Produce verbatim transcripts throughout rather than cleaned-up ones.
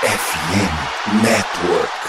F M Network.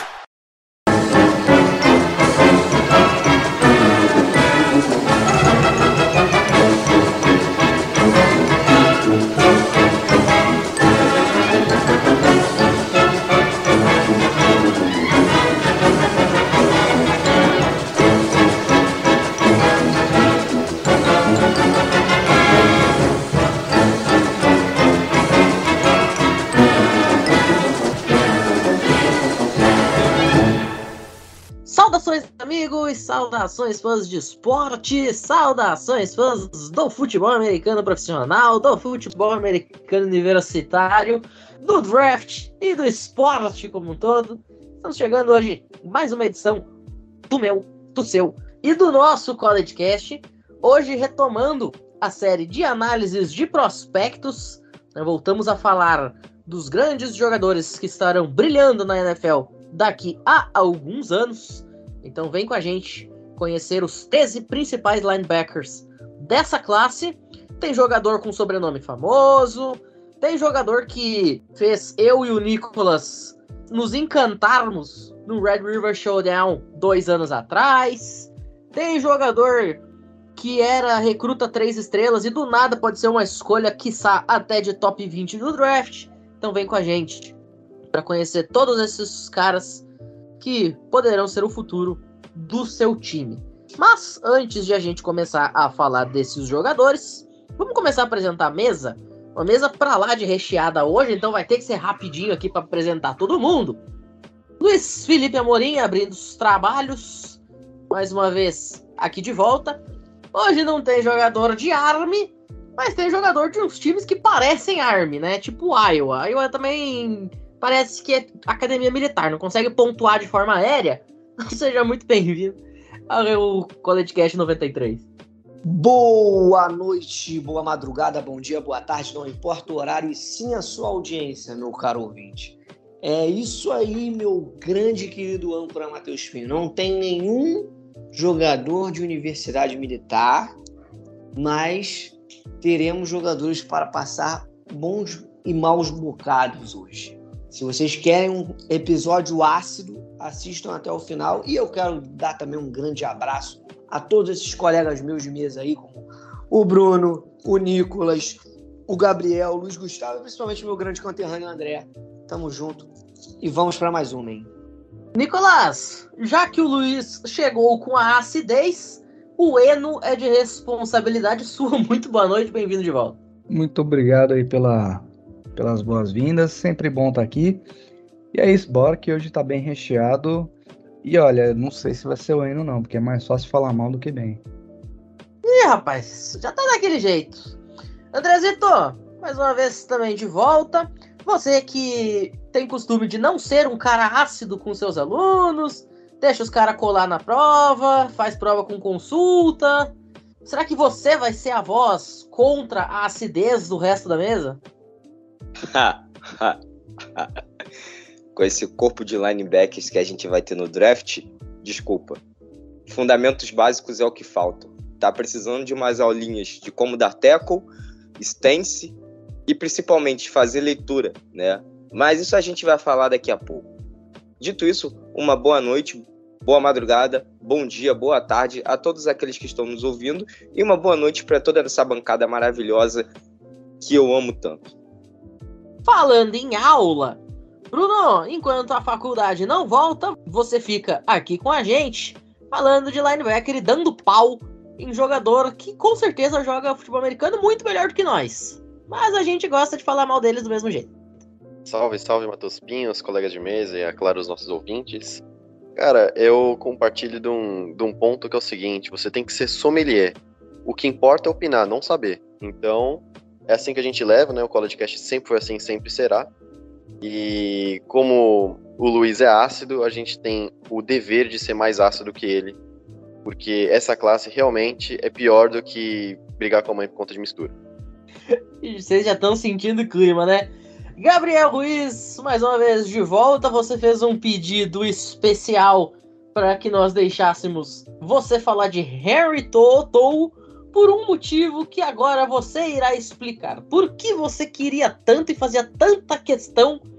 Saudações, amigos, saudações fãs de esporte, saudações fãs do futebol americano profissional, do futebol americano universitário, do draft e do esporte como um todo. Estamos chegando hoje em mais uma edição do meu, do seu e do nosso CollegeCast. Hoje retomando a série de análises de prospectos, né, voltamos a falar dos grandes jogadores que estarão brilhando na N F L daqui a alguns anos. Então vem com a gente conhecer os treze principais linebackers dessa classe. Tem jogador com sobrenome famoso, tem jogador que fez eu e o Nicolas nos encantarmos no Red River Showdown dois anos atrás, tem jogador que era recruta três estrelas e do nada pode ser uma escolha, quiçá até de top vinte do draft. Então vem com a gente para conhecer todos esses caras que poderão ser o futuro do seu time. Mas antes de a gente começar a falar desses jogadores, vamos começar a apresentar a mesa. Uma mesa pra lá de recheada hoje, então vai ter que ser rapidinho aqui para apresentar todo mundo. Luiz Felipe Amorim abrindo os trabalhos, mais uma vez aqui de volta. Hoje não tem jogador de Army, mas tem jogador de uns times que parecem Army, né? Tipo Iowa. Iowa também parece que é academia militar, não consegue pontuar de forma aérea. Seja muito bem-vindo ao CollegeCast noventa e três. Boa noite, boa madrugada, bom dia, boa tarde, não importa o horário e sim a sua audiência, meu caro ouvinte. É isso aí, meu grande querido âncora Matheus Pinho. Não tem nenhum jogador de universidade militar, mas teremos jogadores para passar bons e maus bocados hoje. Se vocês querem um episódio ácido, assistam até o final. E eu quero dar também um grande abraço a todos esses colegas meus de mesa aí, como o Bruno, o Nicolas, o Gabriel, o Luiz Gustavo, e principalmente o meu grande conterrâneo André. Tamo junto e vamos para mais uma, hein? Nicolas, já que o Luiz chegou com a acidez, o Eno é de responsabilidade sua. Muito boa noite, bem-vindo de volta. Muito obrigado aí pela... pelas boas-vindas, sempre bom estar aqui. E é isso, bora que hoje tá bem recheado. E olha, não sei se vai ser o Eno não, porque é mais fácil falar mal do que bem. Ih, rapaz, já tá daquele jeito. Andrezito, mais uma vez também de volta. Você que tem costume de não ser um cara ácido com seus alunos, deixa os caras colar na prova, faz prova com consulta. Será que você vai ser a voz contra a acidez do resto da mesa? Com esse corpo de linebackers que a gente vai ter no draft, desculpa. Fundamentos básicos é o que falta. Tá precisando de umas aulinhas de como dar tackle, stance e principalmente fazer leitura, né? Mas isso a gente vai falar daqui a pouco. Dito isso, uma boa noite, boa madrugada, bom dia, boa tarde a todos aqueles que estão nos ouvindo e uma boa noite para toda essa bancada maravilhosa que eu amo tanto. Falando em aula, Bruno, enquanto a faculdade não volta, você fica aqui com a gente, falando de linebacker e dando pau em jogador que com certeza joga futebol americano muito melhor do que nós. Mas a gente gosta de falar mal deles do mesmo jeito. Salve, salve, Matheus Pinho, os colegas de mesa e, é claro, os nossos ouvintes. Cara, eu compartilho de um, de um ponto que é o seguinte, você tem que ser sommelier. O que importa é opinar, não saber. Então, é assim que a gente leva, né? O CollegeCast sempre foi assim, sempre será. E como o Luiz é ácido, a gente tem o dever de ser mais ácido que ele. Porque essa classe realmente é pior do que brigar com a mãe por conta de mistura. Vocês já estão sentindo o clima, né? Gabriel Ruiz, mais uma vez de volta. Você fez um pedido especial para que nós deixássemos você falar de Harry Toto por um motivo que agora você irá explicar. Por que você queria tanto e fazia tanta questão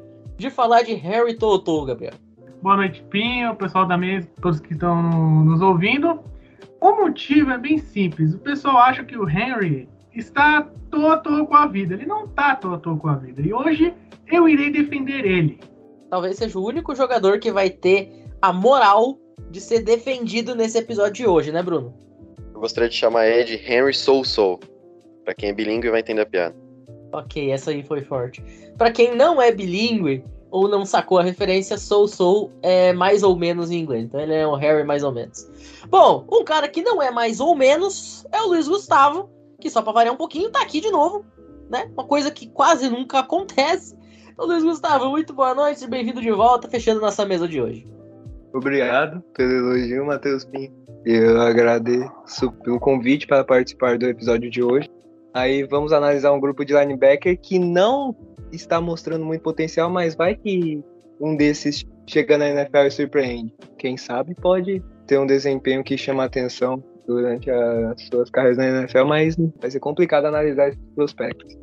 de falar de Harry To'oTo'o, Gabriel? Boa noite, Pinho, pessoal da mesa, todos que estão nos ouvindo. O motivo é bem simples. O pessoal acha que o Henry está à toa, à toa com a vida. Ele não está à toa, à toa com a vida. E hoje eu irei defender ele. Talvez seja o único jogador que vai ter a moral de ser defendido nesse episódio de hoje, né, Bruno? Eu gostaria de chamar ele de Henry Soul Soul. Pra quem é bilíngue vai entender a piada. Ok, essa aí foi forte. Pra quem não é bilíngue ou não sacou a referência, Soul Soul é mais ou menos em inglês. Então ele é um Harry mais ou menos. Bom, um cara que não é mais ou menos é o Luiz Gustavo, que só pra variar um pouquinho tá aqui de novo, né? Uma coisa que quase nunca acontece. Então, Luiz Gustavo, muito boa noite, bem-vindo de volta, fechando nossa mesa de hoje. Obrigado pelo elogio, Matheus Pinho. Eu agradeço pelo convite para participar do episódio de hoje. Aí vamos analisar um grupo de linebacker que não está mostrando muito potencial, mas vai que um desses chega na N F L e surpreende. Quem sabe pode ter um desempenho que chama atenção durante as suas carreiras na N F L, mas vai ser complicado analisar esses prospectos.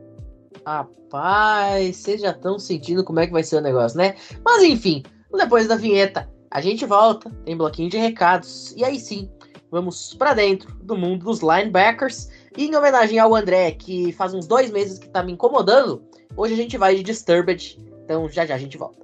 Rapaz, vocês já estão sentindo como é que vai ser o negócio, né? Mas enfim, depois da vinheta, a gente volta, tem bloquinho de recados, e aí sim, vamos pra dentro do mundo dos linebackers. E em homenagem ao André, que faz uns dois meses que tá me incomodando, hoje a gente vai de Disturbed, então já já a gente volta.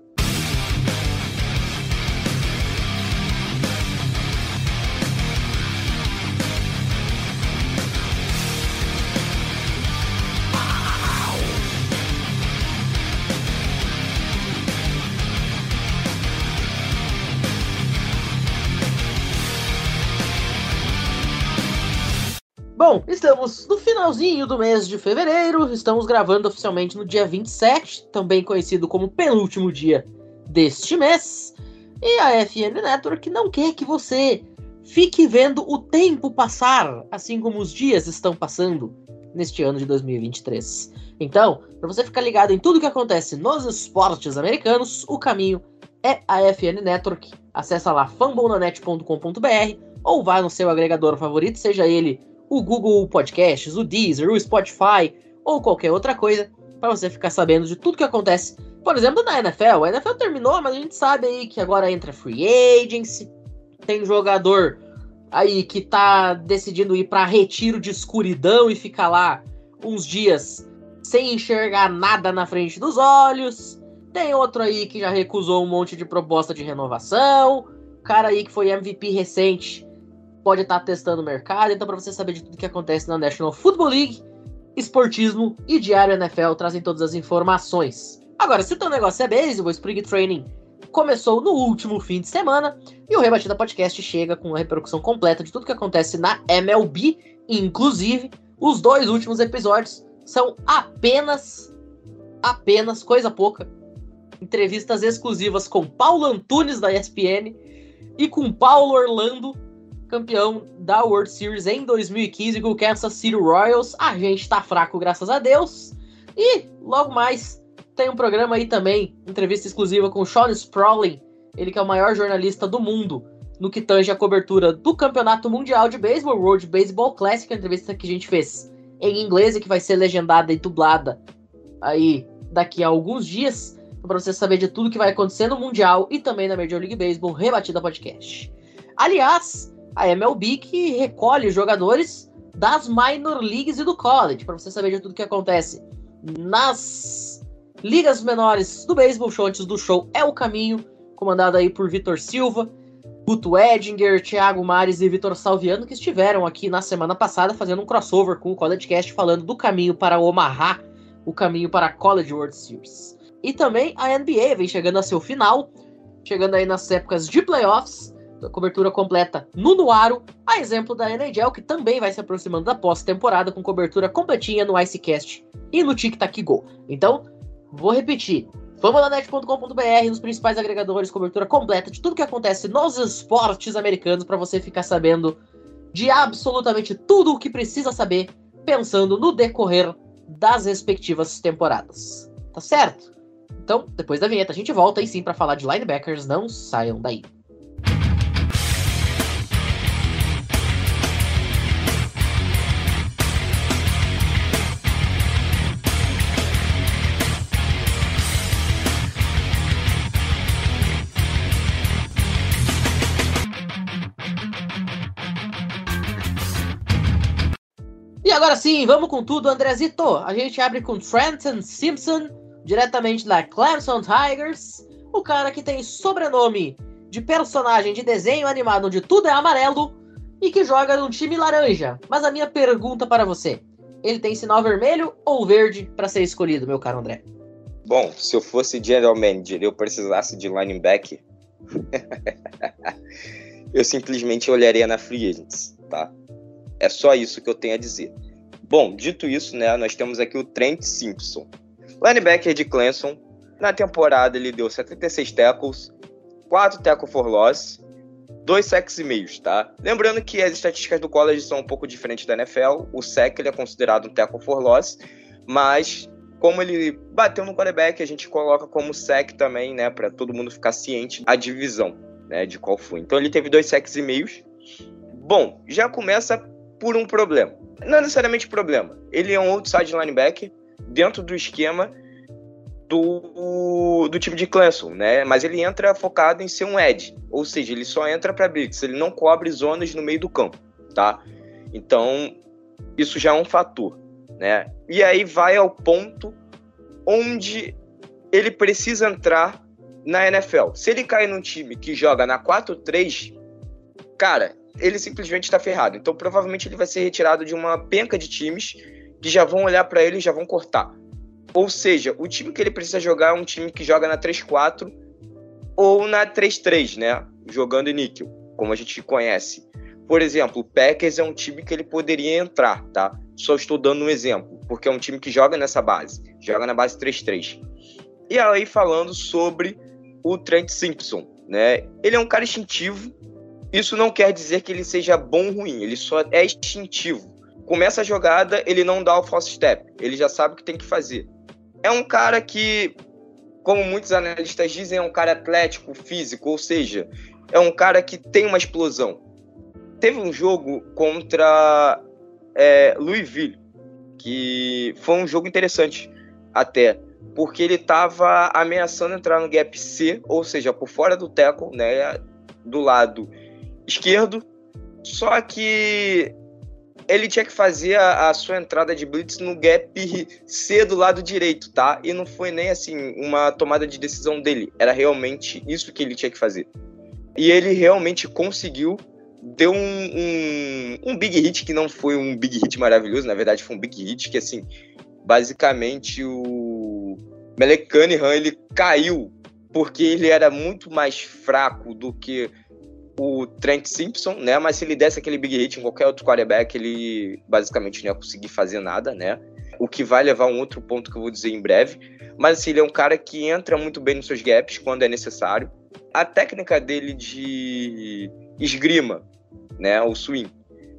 Bom, estamos no finalzinho do mês de fevereiro, estamos gravando oficialmente no dia vinte e sete, também conhecido como penúltimo dia deste mês, e a F N Network não quer que você fique vendo o tempo passar, assim como os dias estão passando neste ano de dois mil e vinte e três. Então, para você ficar ligado em tudo que acontece nos esportes americanos, o caminho é a F N Network. Acesse lá fambonanet ponto com ponto b r ou vá no seu agregador favorito, seja ele o Google Podcasts, o Deezer, o Spotify ou qualquer outra coisa, para você ficar sabendo de tudo que acontece, por exemplo, na N F L. A N F L terminou, mas a gente sabe aí que agora entra Free Agency, tem jogador aí que tá decidindo ir para retiro de escuridão e ficar lá uns dias sem enxergar nada na frente dos olhos, tem outro aí que já recusou um monte de proposta de renovação, cara aí que foi M V P recente pode estar testando o mercado. Então, para você saber de tudo que acontece na National Football League, Esportismo e Diário N F L trazem todas as informações. Agora, se o teu negócio é beisebol, o Spring Training começou no último fim de semana e o Rebatida Podcast chega com a repercussão completa de tudo que acontece na M L B. Inclusive, os dois últimos episódios são apenas, apenas, coisa pouca, entrevistas exclusivas com Paulo Antunes, da E S P N, e com Paulo Orlando, campeão da World Series em dois mil e quinze com o Kansas City Royals. A gente tá fraco, graças a Deus. E logo mais tem um programa aí também, entrevista exclusiva com o Sean Sprawling, ele que é o maior jornalista do mundo no que tange a cobertura do Campeonato Mundial de Beisebol, World Baseball Classic, a entrevista que a gente fez em inglês e que vai ser legendada e dublada aí daqui a alguns dias, para você saber de tudo que vai acontecer no Mundial e também na Major League Baseball, Rebatida Podcast. Aliás, a M L B que recolhe jogadores das minor leagues e do college, para você saber de tudo que acontece nas ligas menores do beisebol. Show antes do show é o caminho, comandado aí por Vitor Silva, Guto Edinger, Thiago Mares e Vitor Salviano, que estiveram aqui na semana passada fazendo um crossover com o CollegeCast, falando do caminho para Omaha, o caminho para a College World Series. E também a N B A vem chegando a seu final, chegando aí nas épocas de playoffs, a cobertura completa no Nuaro, a exemplo da N H L, que também vai se aproximando da pós-temporada com cobertura completinha no IceCast e no Tic Tac Go. Então, vou repetir, fambonanet ponto com ponto b r, nos principais agregadores, cobertura completa de tudo que acontece nos esportes americanos, para você ficar sabendo de absolutamente tudo o que precisa saber, pensando no decorrer das respectivas temporadas. Tá certo? Então, depois da vinheta, a gente volta aí sim para falar de linebackers, não saiam daí. agora sim, vamos com tudo, Andrezito. A gente abre com Trenton Simpson, diretamente da Clemson Tigers. O cara que tem sobrenome de personagem de desenho animado onde tudo é amarelo e que joga num time laranja. Mas a minha pergunta para você, ele tem sinal vermelho ou verde para ser escolhido, meu caro André? Bom, se eu fosse general manager e eu precisasse de linebacker, eu simplesmente olharia na free agents, tá? É só isso que eu tenho a dizer. Bom, dito isso, né, nós temos aqui o Trent Simpson. Linebacker de Clemson. Na temporada ele deu setenta e seis tackles, quatro tackle for loss, dois sacks e meios, tá? Lembrando que as estatísticas do college são um pouco diferentes da N F L. O sack ele é considerado um tackle for loss, mas como ele bateu no quarterback, a gente coloca como sack também, né, para todo mundo ficar ciente da divisão, né, de qual foi. Então ele teve dois sacks e meios. Bom, já começa por um problema. Não necessariamente problema. Ele é um outside linebacker dentro do esquema do, do time de Clemson, né? Mas ele entra focado em ser um edge, ou seja, ele só entra para blitz, ele não cobre zonas no meio do campo, tá? Então, isso já é um fator, né? E aí vai ao ponto onde ele precisa entrar na N F L. Se ele cair num time que joga na quatro três, cara, ele simplesmente está ferrado. Então, provavelmente ele vai ser retirado de uma penca de times que já vão olhar para ele e já vão cortar. Ou seja, o time que ele precisa jogar é um time que joga na três quatro ou na três três, né? Jogando em níquel, como a gente conhece. Por exemplo, o Packers é um time que ele poderia entrar, tá? Só estou dando um exemplo, porque é um time que joga nessa base, joga na base três três. E aí, falando sobre o Trent Simpson, né? Ele é um cara instintivo. Isso não quer dizer que ele seja bom ou ruim, ele só é instintivo. Começa a jogada, ele não dá o false step, ele já sabe o que tem que fazer. É um cara que, como muitos analistas dizem, é um cara atlético, físico, ou seja, é um cara que tem uma explosão. Teve um jogo contra é, Louisville, que foi um jogo interessante até, porque ele estava ameaçando entrar no gap C, ou seja, por fora do tackle, né, do lado esquerdo, só que ele tinha que fazer a, a sua entrada de blitz no gap C do lado direito, tá? E não foi nem assim uma tomada de decisão dele, era realmente isso que ele tinha que fazer. E ele realmente conseguiu, deu um, um, um big hit, que não foi um big hit maravilhoso, na verdade foi um big hit que, assim, basicamente o Malik Cunningham, ele caiu porque ele era muito mais fraco do que o Trent Simpson, né? Mas se ele desse aquele big hit em qualquer outro quarterback, ele basicamente não ia conseguir fazer nada, né? O que vai levar a um outro ponto que eu vou dizer em breve. Mas assim, ele é um cara que entra muito bem nos seus gaps quando é necessário. A técnica dele de esgrima, né? O swing,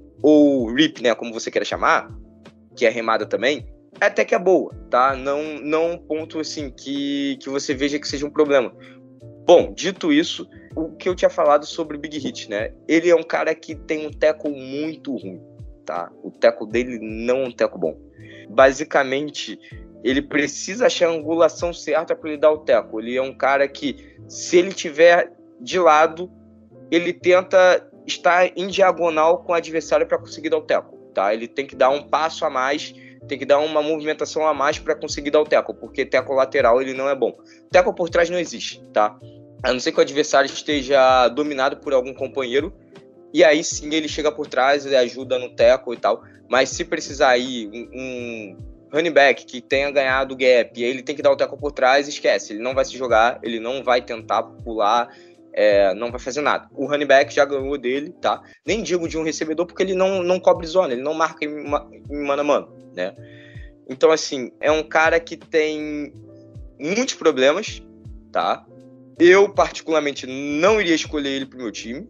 ou rip, né? Como você queira chamar, que é remada também, até que é boa, tá? Não, não um ponto assim que, que você veja que seja um problema. Bom, dito isso, o que eu tinha falado sobre o Big Hit, né? Ele é um cara que tem um tackle muito ruim, tá? O tackle dele não é um tackle bom. Basicamente, ele precisa achar a angulação certa para ele dar o tackle. Ele é um cara que, se ele tiver de lado, ele tenta estar em diagonal com o adversário para conseguir dar o tackle, tá? Ele tem que dar um passo a mais, tem que dar uma movimentação a mais para conseguir dar o tackle, porque tackle lateral ele não é bom. Tackle por trás não existe, tá? A não ser que o adversário esteja dominado por algum companheiro, e aí sim ele chega por trás, ele ajuda no tackle e tal. Mas se precisar aí um, um running back que tenha ganhado o gap, e aí ele tem que dar o tackle por trás, esquece, ele não vai se jogar, ele não vai tentar pular, é, não vai fazer nada. O running back já ganhou dele, tá? Nem digo de um recebedor, porque ele não, não cobre zona, ele não marca em, em mano a mano, né? Então, assim, é um cara que tem muitos problemas, tá? Eu, particularmente, não iria escolher ele pro meu time,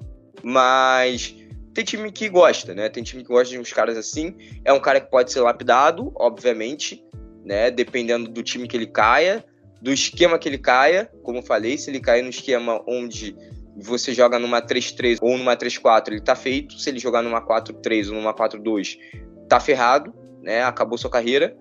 mas tem time que gosta, né? Tem time que gosta de uns caras assim. É um cara que pode ser lapidado, obviamente, né? Dependendo do time que ele caia, do esquema que ele caia. Como eu falei, se ele cair no esquema onde você joga numa três três ou numa três quatro, ele tá feito. Se ele jogar numa quatro três ou numa quatro dois, tá ferrado, né? Acabou sua carreira.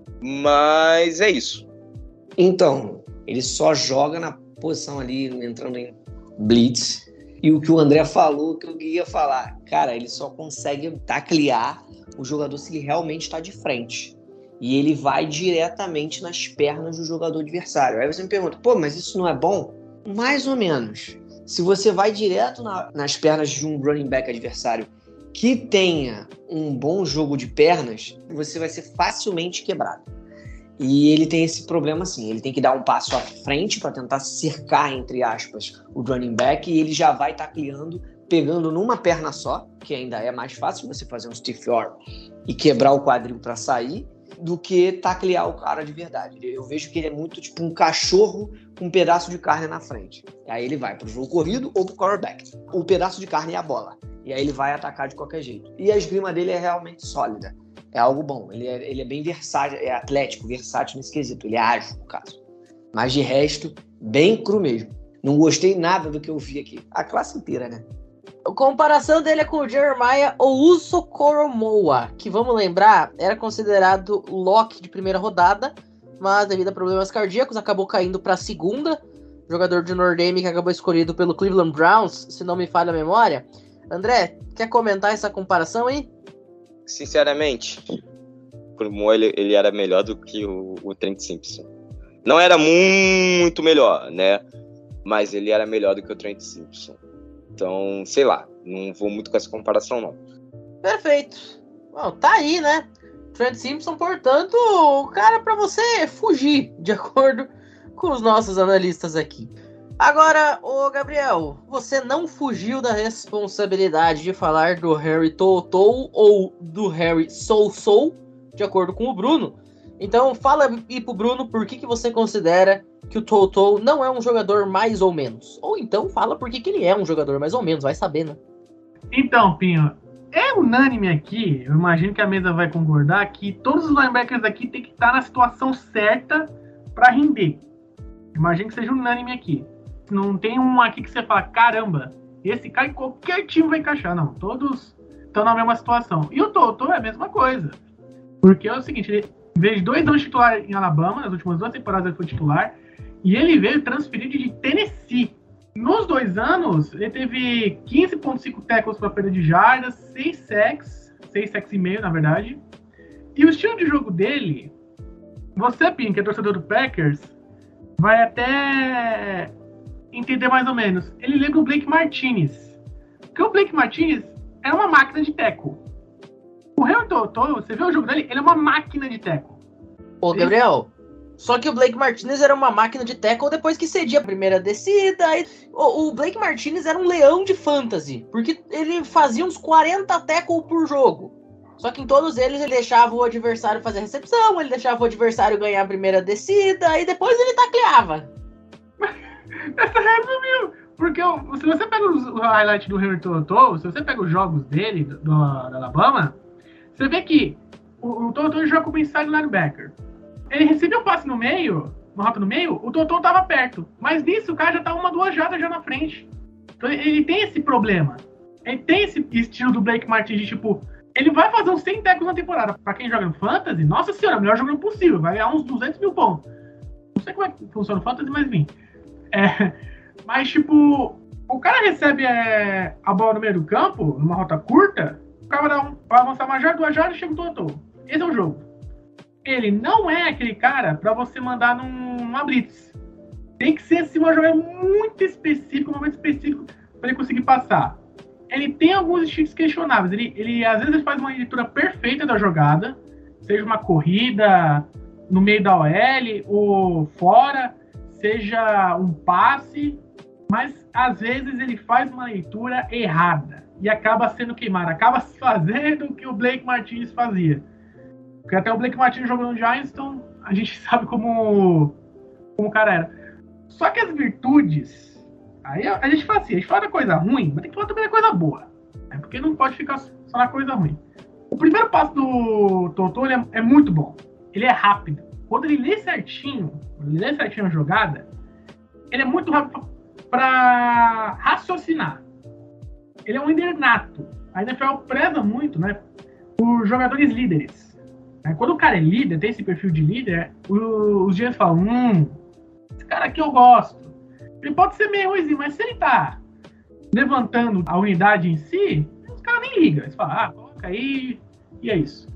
Mas é isso. Então, ele só joga na posição ali, entrando em blitz. E o que o André falou, que eu queria falar, cara, ele só consegue taclear o jogador se ele realmente está de frente. E ele vai diretamente nas pernas do jogador adversário. Aí você me pergunta, pô, mas isso não é bom? Mais ou menos. Se você vai direto na, nas pernas de um running back adversário que tenha um bom jogo de pernas, você vai ser facilmente quebrado. E ele tem esse problema assim, ele tem que dar um passo à frente para tentar cercar, entre aspas, o running back, e ele já vai tacleando, pegando numa perna só, que ainda é mais fácil você fazer um stiff arm e quebrar o quadril para sair, do que taclear o cara de verdade. Eu vejo que ele é muito tipo um cachorro com um pedaço de carne na frente. Aí ele vai pro jogo corrido ou pro quarterback. O pedaço de carne é a bola. E aí ele vai atacar de qualquer jeito. E a esgrima dele é realmente sólida. É algo bom. Ele é, ele é bem versátil, é atlético, versátil nesse quesito. Ele é ágil, no caso. Mas de resto, bem cru mesmo. Não gostei nada do que eu vi aqui. A classe inteira, né? A comparação dele é com o Jeremiah Owusu-Koramoah, que, vamos lembrar, era considerado lock de primeira rodada, mas devido a problemas cardíacos acabou caindo para a segunda. Jogador de Notre Dame que acabou escolhido pelo Cleveland Browns, se não me falha a memória. André, quer comentar essa comparação aí? Sinceramente, o Koramoah, ele, ele era melhor do que o, o Trent Simpson. Não era muito melhor, né? Mas ele era melhor do que o Trent Simpson. Então, sei lá, não vou muito com essa comparação, não. Perfeito. Bom, tá aí, né? Trent Simpson, portanto, o cara pra você fugir, de acordo com os nossos analistas aqui. Agora, ô Gabriel, você não fugiu da responsabilidade de falar do Harry Totou ou do Harry Soul Soul, de acordo com o Bruno. Então, fala aí pro Bruno por que, que você considera que o Totou não é um jogador mais ou menos. Ou então, fala por que, que ele é um jogador mais ou menos, vai saber, né? Então, Pinho, é unânime aqui, eu imagino que a mesa vai concordar, que todos os linebackers aqui tem que estar na situação certa para render. Imagino que seja unânime aqui. Não tem um aqui que você fala, caramba, esse cara em qualquer time vai encaixar. Não, todos estão na mesma situação. E o Totou é a mesma coisa. Porque é o seguinte, ele veio dois anos titular em Alabama, nas últimas duas temporadas ele foi titular, e ele veio transferido de Tennessee. Nos dois anos, ele teve quinze vírgula cinco tackles para perda de jardas, seis sacks, seis sacks e meio, na verdade. E o estilo de jogo dele, você, Pim, que é torcedor do Packers, vai até entender mais ou menos. Ele lembra o Blake Martinez. Porque o Blake Martinez era uma máquina de tackle. O Harry Totou, você vê o jogo dele, ele é uma máquina de tackle. Ô, Gabriel, só que o Blake Martinez era uma máquina de tackle depois que cedia a primeira descida. E... O, o Blake Martinez era um leão de fantasy, porque ele fazia uns quarenta tackles por jogo. Só que em todos eles ele deixava o adversário fazer a recepção, ele deixava o adversário ganhar a primeira descida, e depois ele tacleava. Essa resumiu. Porque se você pega os highlights do Harry Totou, se você pega os jogos dele, do, do Alabama, você vê que o, o Totou joga como inside linebacker. Ele recebeu um passe no meio, uma rota no meio, o Totou tava perto. Mas nisso o cara já tá uma, duas jardas já na frente. Então ele tem esse problema. Ele tem esse estilo do Blake Martinez de tipo... Ele vai fazer uns cem tackles na temporada. Pra quem joga no Fantasy, nossa senhora, o melhor jogador possível. Vai ganhar uns duzentos mil pontos. Não sei como é que funciona o Fantasy, mas enfim. É, mas, tipo, o cara recebe é, a bola no meio do campo, numa rota curta, o cara vai, dar um, vai avançar uma jarda, duas jardas e chega o Totou. Esse é o jogo. Ele não é aquele cara pra você mandar num, numa blitz. Tem que ser assim, uma jogada muito específica, um momento específico pra ele conseguir passar. Ele tem alguns estilos questionáveis. Ele, ele, às vezes, ele faz uma leitura perfeita da jogada, seja uma corrida no meio da O L ou fora, seja um passe, mas, às vezes, ele faz uma leitura errada e acaba sendo queimado. Acaba fazendo o que o Blake Martinez fazia. Porque até o Blake Martinez jogou no Giants, então a gente sabe como, como o cara era. Só que as virtudes... Aí a gente fala assim, a gente fala da coisa ruim, mas tem que falar também da coisa boa. Né? Porque não pode ficar só na coisa ruim. O primeiro passo do Totou ele é, é muito bom. Ele é rápido. Quando ele lê certinho, quando ele lê certinho a jogada, ele é muito rápido para raciocinar. Ele é um líder nato. A N F L preza muito, né, por jogadores líderes. Né? Quando o cara é líder, tem esse perfil de líder, os dias falam, hum, esse cara aqui eu gosto. Ele pode ser meio ruimzinho, mas se ele tá levantando a unidade em si, os caras nem ligam. Eles falam, ah, coloca aí, e é isso.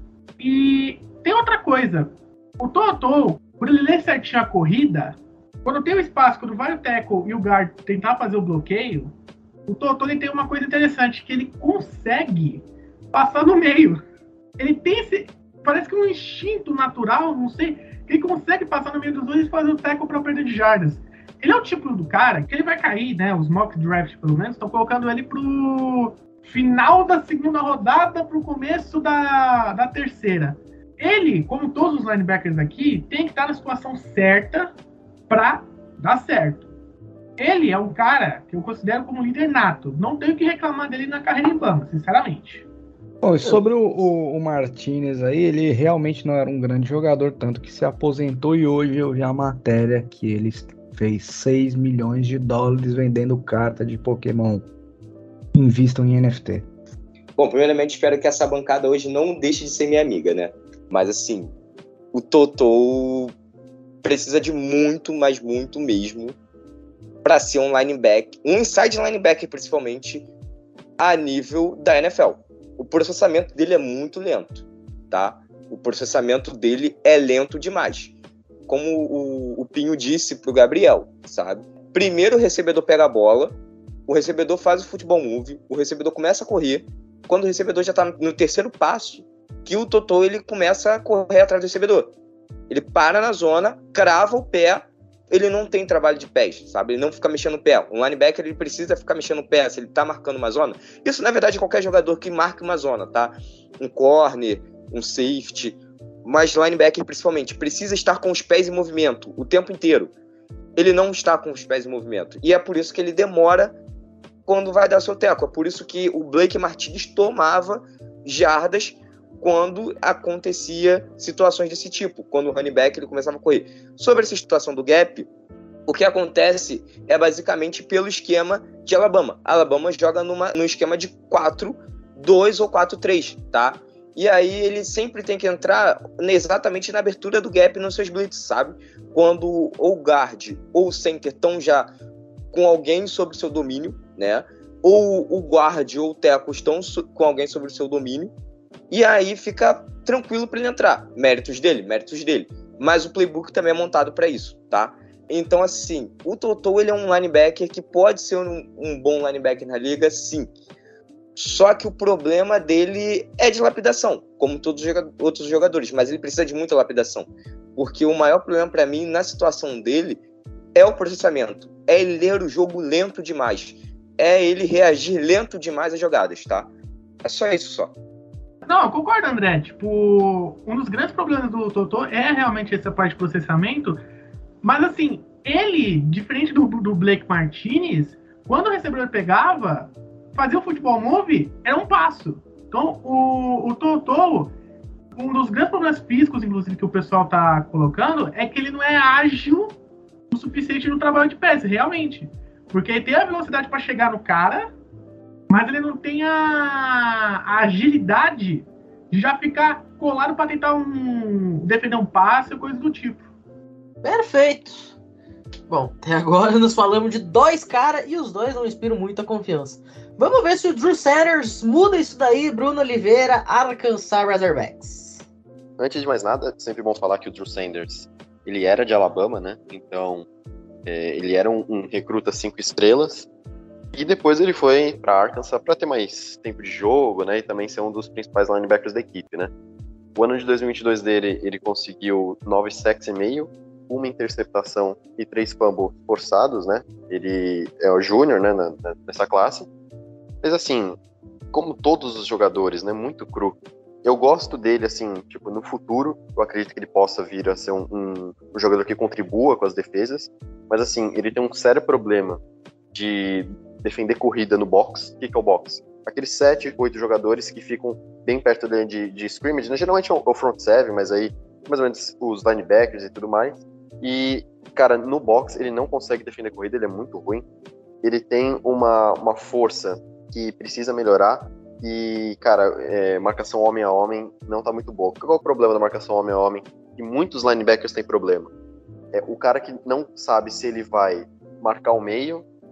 E tem outra coisa. O Toto, por ele ler certinho a corrida, quando tem o espaço, quando vai o tackle e o guard tentar fazer o bloqueio, o Toto ele tem uma coisa interessante, que ele consegue passar no meio. Ele tem esse, parece que um instinto natural, não sei, que ele consegue passar no meio dos dois e fazer o tackle para perda de jardas. Ele é o tipo do cara que ele vai cair, né? Os mock draft, pelo menos, estão colocando ele pro final da segunda rodada, pro começo da, da terceira. Ele, como todos os linebackers aqui, tem que estar na situação certa para dar certo. Ele é um cara que eu considero como líder nato. Não tenho que reclamar dele na carreira em Bama, sinceramente. Bom, e sobre o, o, o Martinez aí, ele realmente não era um grande jogador, tanto que se aposentou, e hoje eu vi a matéria que ele fez seis milhões de dólares vendendo carta de Pokémon. Invistam em N F T. Bom, primeiramente espero que essa bancada hoje não deixe de ser minha amiga, né? Mas assim, o Toto precisa de muito, mas muito mesmo, para ser um linebacker, um inside linebacker principalmente, a nível da N F L. O processamento dele é muito lento, tá? O processamento dele é lento demais. Como o, o Pinho disse pro Gabriel, sabe? Primeiro o recebedor pega a bola, o recebedor faz o futebol move, o recebedor começa a correr. Quando o recebedor já tá no terceiro passo, que o Toto ele começa a correr atrás do recebedor. Ele para na zona, crava o pé, ele não tem trabalho de pés, sabe? Ele não fica mexendo o pé. Um linebacker, ele precisa ficar mexendo o pé, se ele tá marcando uma zona. Isso, na verdade, é qualquer jogador que marque uma zona, tá? Um corner, um safety, mas linebacker, principalmente, precisa estar com os pés em movimento o tempo inteiro. Ele não está com os pés em movimento. E é por isso que ele demora quando vai dar seu teco. É por isso que o Blake Martinez tomava jardas quando acontecia situações desse tipo, quando o running back ele começava a correr. Sobre essa situação do gap, o que acontece é basicamente pelo esquema de Alabama. A Alabama joga numa, num esquema de quatro dois ou quatro três, tá? E aí ele sempre tem que entrar exatamente na abertura do gap nos seus blitz, sabe? Quando ou o guard ou o center estão já com alguém sobre o seu domínio, né? Ou o guard ou o tackle estão com alguém sobre o seu domínio, e aí fica tranquilo para ele entrar. Méritos dele, méritos dele. Mas o playbook também é montado para isso, tá? Então, assim, o Toto ele é um linebacker que pode ser um, um bom linebacker na liga, sim. Só que o problema dele é de lapidação, como todos os outros jogadores, mas ele precisa de muita lapidação. Porque o maior problema para mim na situação dele é o processamento. É ele ler o jogo lento demais. É ele reagir lento demais às jogadas, tá? É só isso, só. Não, eu concordo, André. Tipo, um dos grandes problemas do Toto é realmente essa parte de processamento. Mas, assim, ele, diferente do, do Blake Martinez, quando o recebedor pegava, fazia o futebol move, era um passo. Então, o, o Toto, um dos grandes problemas físicos, inclusive, que o pessoal tá colocando, é que ele não é ágil o suficiente no trabalho de pés, realmente. Porque ele tem a velocidade para chegar no cara, mas ele não tem a, a agilidade de já ficar colado para tentar um, defender um passe ou coisa do tipo. Perfeito. Bom, até agora nós falamos de dois caras e os dois não inspiram muita confiança. Vamos ver se o Drew Sanders muda isso daí, Bruno Oliveira, Arkansas Razorbacks. Antes de mais nada, é sempre bom falar que o Drew Sanders, ele era de Alabama, né? Então, é, ele era um, um recruta cinco estrelas. E depois ele foi para Arkansas para ter mais tempo de jogo, né? E também ser um dos principais linebackers da equipe, né? O ano de dois mil e vinte e dois dele, ele conseguiu nove sacks e meio, uma interceptação e três fumbles forçados, né? Ele é o júnior, né? Na, nessa classe. Mas assim, como todos os jogadores, né? Muito cru. Eu gosto dele, assim, tipo, no futuro, eu acredito que ele possa vir a ser um, um, um jogador que contribua com as defesas. Mas assim, ele tem um sério problema de defender corrida no box. O que, que é o box? Aqueles sete, oito jogadores que ficam bem perto dele de, de scrimmage, né? Geralmente é o front seven, mas aí mais ou menos os linebackers e tudo mais. E, cara, no box ele não consegue defender corrida, ele é muito ruim. Ele tem uma, uma força que precisa melhorar e, cara, é, marcação homem a homem não tá muito boa. Qual é o problema da marcação homem a homem? Que muitos linebackers têm problema. É o cara que não sabe se ele vai marcar o meio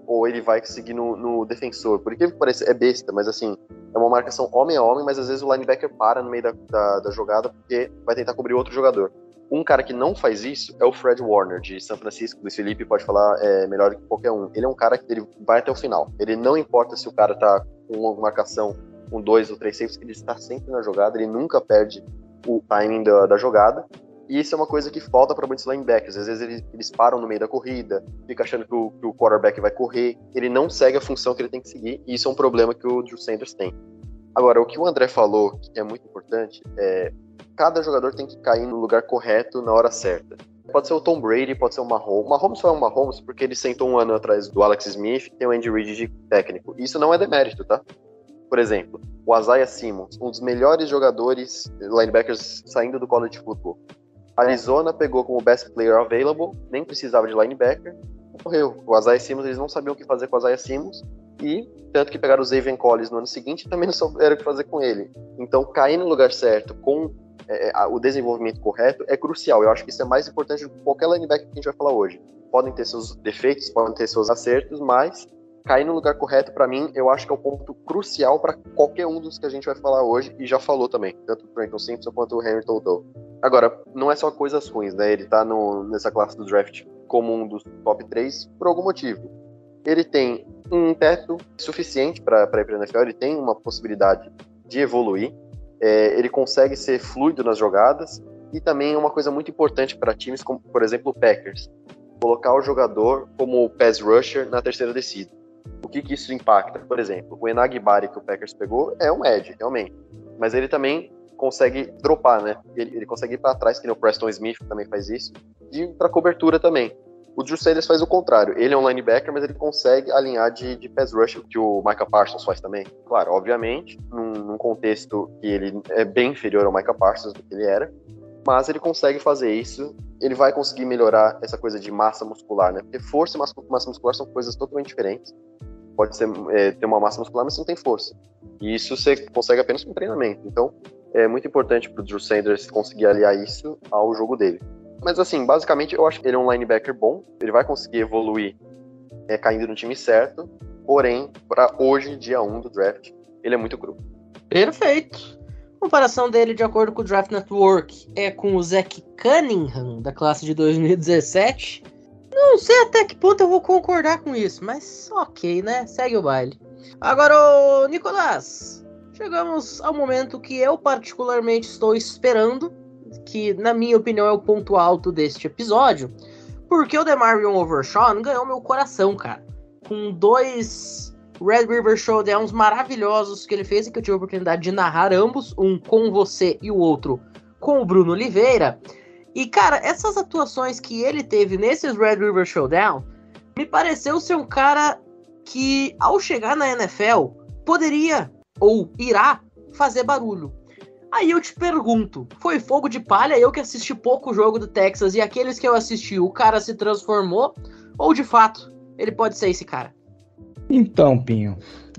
ou ele vai seguir no, no defensor. Por que parece é besta, mas assim, é uma marcação homem a homem, mas às vezes o linebacker para no meio da, da, da jogada porque vai tentar cobrir outro jogador. Um cara que não faz isso é o Fred Warner, de São Francisco. O Felipe pode falar é, melhor que qualquer um. Ele é um cara que ele vai até o final. Ele não importa se o cara tá com uma marcação, com dois ou três safes, ele está sempre na jogada, ele nunca perde o timing da, da jogada. E isso é uma coisa que falta para muitos linebackers. Às vezes eles, eles param no meio da corrida, fica achando que o, que o quarterback vai correr, ele não segue a função que ele tem que seguir, e isso é um problema que o Drew Sanders tem. Agora, o que o André falou, que é muito importante, é cada jogador tem que cair no lugar correto na hora certa. Pode ser o Tom Brady, pode ser o Mahomes. O Mahomes só é o Mahomes porque ele sentou um ano atrás do Alex Smith e tem o Andy Reid de técnico. Isso não é demérito, tá? Por exemplo, o Isaiah Simmons, um dos melhores jogadores linebackers saindo do college football. A Arizona pegou como best player available, nem precisava de linebacker, morreu. O Isaiah Simmons, eles não sabiam o que fazer com o Isaiah Simmons, e tanto que pegaram o Xavier Collins no ano seguinte também não souberam o que fazer com ele. Então, cair no lugar certo, com é, a, o desenvolvimento correto, é crucial. Eu acho que isso é mais importante do que qualquer linebacker que a gente vai falar hoje. Podem ter seus defeitos, podem ter seus acertos, mas cair no lugar correto, para mim, eu acho que é o ponto crucial para qualquer um dos que a gente vai falar hoje, e já falou também, tanto o Trenton Simpson quanto o Henry To'oTo'o. Agora, não é só coisas ruins, né? Ele tá no, nessa classe do draft como um dos top três por algum motivo. Ele tem um teto suficiente para ir para a N F L, ele tem uma possibilidade de evoluir, é, ele consegue ser fluido nas jogadas, e também é uma coisa muito importante para times como, por exemplo, o Packers, colocar o jogador como pass rusher na terceira descida. O que, que isso impacta? Por exemplo, o Enagbari que o Packers pegou é um edge, realmente, mas ele também consegue dropar, né? Ele, ele consegue ir para trás, que nem o Preston Smith também faz isso, e para cobertura também. O Drew Sanders faz o contrário. Ele é um linebacker, mas ele consegue alinhar de, de pass rush, que o Micah Parsons faz também. Claro, obviamente, num, num contexto que ele é bem inferior ao Micah Parsons do que ele era, mas ele consegue fazer isso. Ele vai conseguir melhorar essa coisa de massa muscular, né? Porque força e massa muscular são coisas totalmente diferentes. Pode ser, é, ter uma massa muscular, mas você não tem força. E isso você consegue apenas com treinamento. Então, é muito importante para o Drew Sanders conseguir aliar isso ao jogo dele. Mas assim, basicamente eu acho que ele é um linebacker bom, ele vai conseguir evoluir é, caindo no time certo, porém, para hoje, dia um do draft, ele é muito cru. Perfeito. A comparação dele, de acordo com o Draft Network, é com o Zach Cunningham, da classe de dois mil e dezessete. Não sei até que ponto eu vou concordar com isso, mas ok, né? Segue o baile. Agora, ô Nicolás, chegamos ao momento que eu particularmente estou esperando, que na minha opinião é o ponto alto deste episódio, porque o DeMarvion Overshawn ganhou meu coração, cara, com dois Red River Showdowns maravilhosos que ele fez e que eu tive a oportunidade de narrar ambos, um com você e o outro com o Bruno Oliveira. E cara, essas atuações que ele teve nesses Red River Showdown me pareceu ser um cara que ao chegar na N F L poderia ou irá fazer barulho. Aí eu te pergunto, foi fogo de palha? Eu que assisti pouco o jogo do Texas e aqueles que eu assisti, o cara se transformou? Ou de fato, ele pode ser esse cara? Então, Pinho,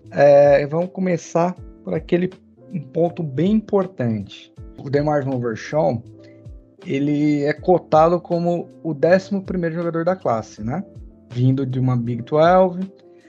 é, vamos começar por aquele um ponto bem importante. O DeMarvion Overshawn, ele é cotado como o décimo primeiro jogador da classe, né? Vindo de uma Big doze.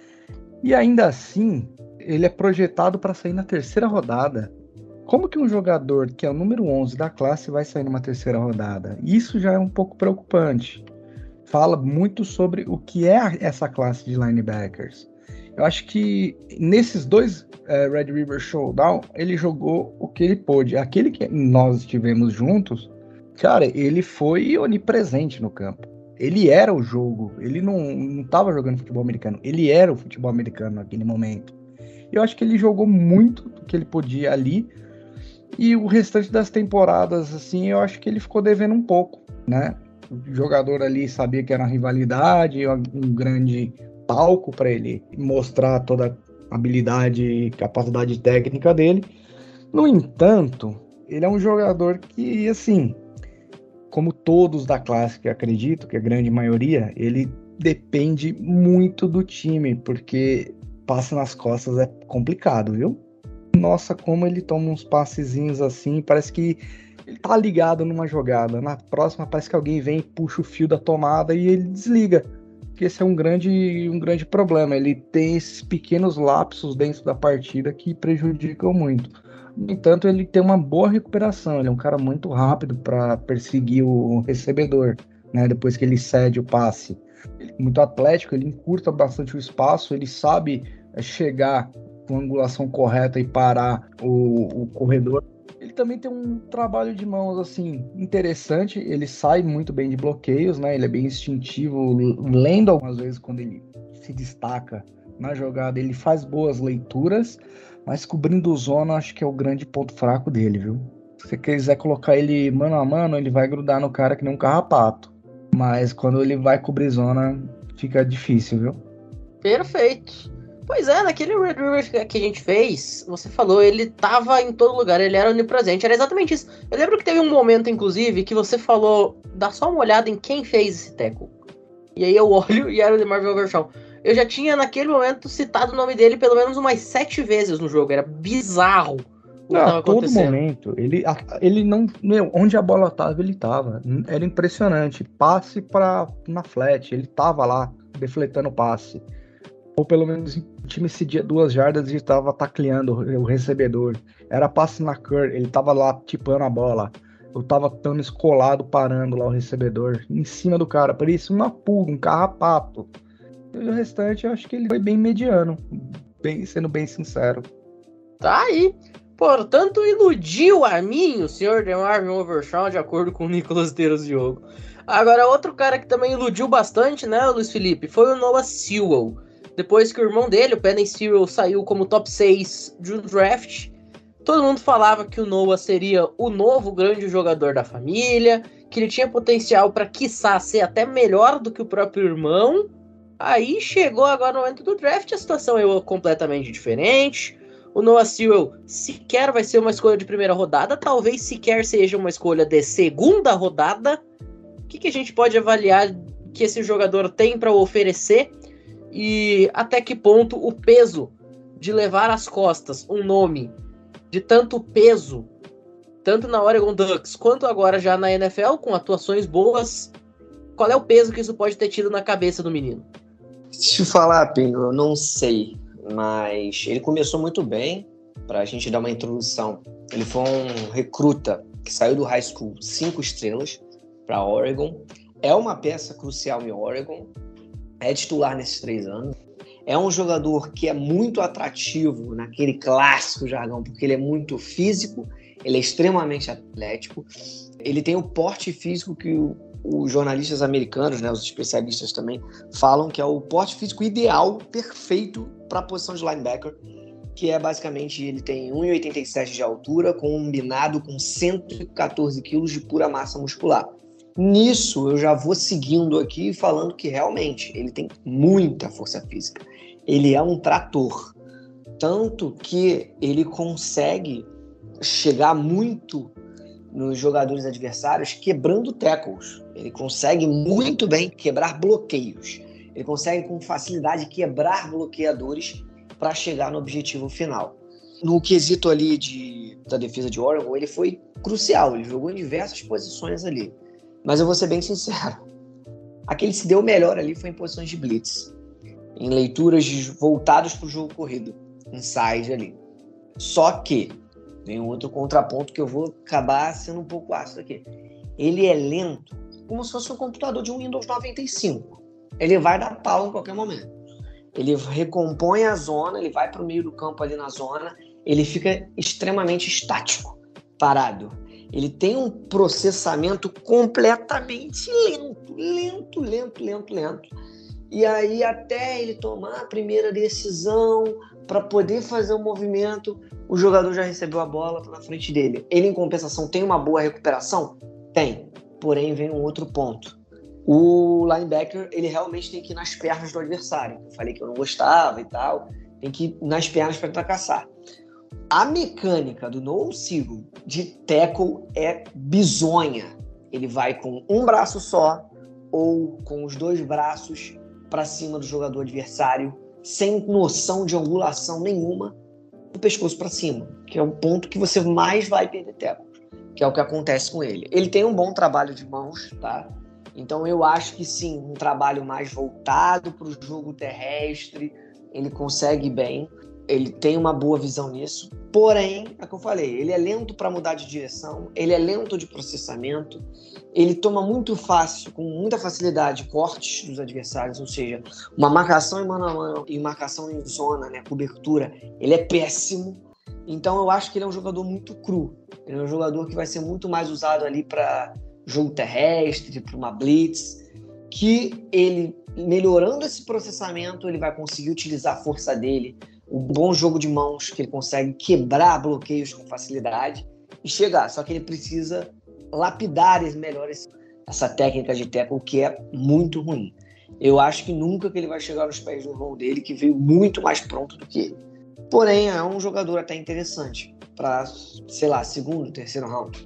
E ainda assim, ele é projetado para sair na terceira rodada. Como que um jogador que é o número onze da classe vai sair numa terceira rodada? Isso já é um pouco preocupante. Fala muito sobre o que é essa classe de linebackers. Eu acho que nesses dois uh, Red River Showdown, ele jogou o que ele pôde. Aquele que nós estivemos juntos, cara, ele foi onipresente no campo. Ele era o jogo. Ele não estava jogando futebol americano. Ele era o futebol americano naquele momento. Eu acho que ele jogou muito do que ele podia ali. E o restante das temporadas, assim, eu acho que ele ficou devendo um pouco, né? O jogador ali sabia que era uma rivalidade, um grande palco para ele mostrar toda a habilidade e capacidade técnica dele. No entanto, ele é um jogador que, assim, como todos da classe, que acredito, que a grande maioria, ele depende muito do time, porque passe nas costas é complicado, viu? Nossa, como ele toma uns passezinhos assim, parece que ele tá ligado numa jogada. Na próxima parece que alguém vem e puxa o fio da tomada e ele desliga. que esse é um grande, um grande problema. Ele tem esses pequenos lapsos dentro da partida que prejudicam muito. No entanto, ele tem uma boa recuperação. Ele é um cara muito rápido para perseguir o recebedor, né? Depois que ele cede o passe. Ele é muito atlético, ele encurta bastante o espaço, ele sabe chegar com a angulação correta e parar o, o corredor. Ele também tem um trabalho de mãos assim interessante, ele sai muito bem de bloqueios, né? Ele é bem instintivo, lendo algumas vezes quando ele se destaca na jogada, ele faz boas leituras, mas cobrindo zona acho que é o grande ponto fraco dele, viu? Se você quiser colocar ele mano a mano, ele vai grudar no cara que nem um carrapato, mas quando ele vai cobrir zona fica difícil, viu? Perfeito. Pois é, naquele Red River que a gente fez, você falou, ele tava em todo lugar, ele era onipresente, era exatamente isso. Eu lembro que teve um momento, inclusive, que você falou, dá só uma olhada em quem fez esse tackle. E aí eu olho e era o DeMarvin Overshawn. Eu já tinha, naquele momento, citado o nome dele pelo menos umas sete vezes no jogo, era bizarro o que tava A todo acontecendo. momento, ele, ele não, meu, onde a bola tava, ele tava, era impressionante, passe pra, na flat, ele tava lá, defletando o passe. Ou pelo menos o time cedia duas jardas e estava tacleando o recebedor. Era passe na curl, ele estava lá tipando a bola. Eu estava tão escolado parando lá o recebedor, em cima do cara. Parecia uma pulga, um carrapato. E o restante eu acho que ele foi bem mediano, bem, sendo bem sincero. Tá aí. Portanto, iludiu a mim o senhor DeMarvin Overshawn, de acordo com o Nicolas Teiros Diogo. Agora, outro cara que também iludiu bastante, né, Luiz Felipe, foi o Noah Sewell. Depois que o irmão dele, o Penny Sewell, saiu como top seis de um draft, todo mundo falava que o Noah seria o novo grande jogador da família, que ele tinha potencial para, quiçá, ser até melhor do que o próprio irmão. Aí chegou agora no momento do draft, a situação é completamente diferente. O Noah Sewell sequer vai ser uma escolha de primeira rodada, talvez sequer seja uma escolha de segunda rodada. O que, que a gente pode avaliar que esse jogador tem para oferecer? E até que ponto o peso de levar às costas um nome de tanto peso, tanto na Oregon Ducks quanto agora já na N F L, com atuações boas, qual é o peso que isso pode ter tido na cabeça do menino? Deixa eu falar, Pingo, eu não sei, mas ele começou muito bem. Pra gente dar uma introdução, ele foi um recruta que saiu do high school cinco estrelas para Oregon, é uma peça crucial em Oregon, é titular nesses três anos. É um jogador que é muito atrativo naquele clássico jargão, porque ele é muito físico, ele é extremamente atlético, ele tem o porte físico que o, os jornalistas americanos, né, os especialistas também, falam que é o porte físico ideal, perfeito para a posição de linebacker, que é basicamente, ele tem um e oitenta e sete de altura, combinado com cento e quatorze quilos de pura massa muscular. Nisso, eu já vou seguindo aqui falando que realmente ele tem muita força física. Ele é um trator. Tanto que ele consegue chegar muito nos jogadores adversários quebrando tackles. Ele consegue muito bem quebrar bloqueios. Ele consegue com facilidade quebrar bloqueadores para chegar no objetivo final. No quesito ali de, da defesa de Oregon, ele foi crucial. Ele jogou em diversas posições ali. Mas eu vou ser bem sincero, a que ele se deu melhor ali foi em posições de blitz, em leituras voltadas para o jogo corrido, inside ali. Só que, tem um outro contraponto que eu vou acabar sendo um pouco ácido aqui. Ele é lento, como se fosse um computador de um Windows noventa e cinco. Ele vai dar pau em qualquer momento. Ele recompõe a zona, ele vai para o meio do campo ali na zona, ele fica extremamente estático, parado. Ele tem um processamento completamente lento, lento, lento, lento, lento. E aí, até ele tomar a primeira decisão para poder fazer o movimento, o jogador já recebeu a bola na frente dele. Ele, em compensação, tem uma boa recuperação? Tem. Porém, vem um outro ponto. O linebacker, ele realmente tem que ir nas pernas do adversário. Eu falei que eu não gostava e tal. Tem que ir nas pernas para tentar caçar. A mecânica do Noah Sewell de tackle é bizonha. Ele vai com um braço só ou com os dois braços para cima do jogador adversário, sem noção de angulação nenhuma, do pescoço para cima, que é o ponto que você mais vai perder tackle, que é o que acontece com ele. Ele tem um bom trabalho de mãos, tá? Então eu acho que sim, um trabalho mais voltado para o jogo terrestre, ele consegue bem, ele tem uma boa visão nisso, porém, é o que eu falei, ele é lento para mudar de direção, ele é lento de processamento, ele toma muito fácil, com muita facilidade, cortes dos adversários, ou seja, uma marcação em mano a mano e marcação em zona, né, cobertura, ele é péssimo. Então eu acho que ele é um jogador muito cru, ele é um jogador que vai ser muito mais usado ali para jogo terrestre, para uma blitz, que ele, melhorando esse processamento, ele vai conseguir utilizar a força dele, o bom jogo de mãos, que ele consegue quebrar bloqueios com facilidade e chegar, só que ele precisa lapidar melhor esse, essa técnica de tackle, que é muito ruim. Eu acho que nunca que ele vai chegar nos pés do irmão dele, que veio muito mais pronto do que ele. Porém, é um jogador até interessante para, sei lá, segundo, terceiro round.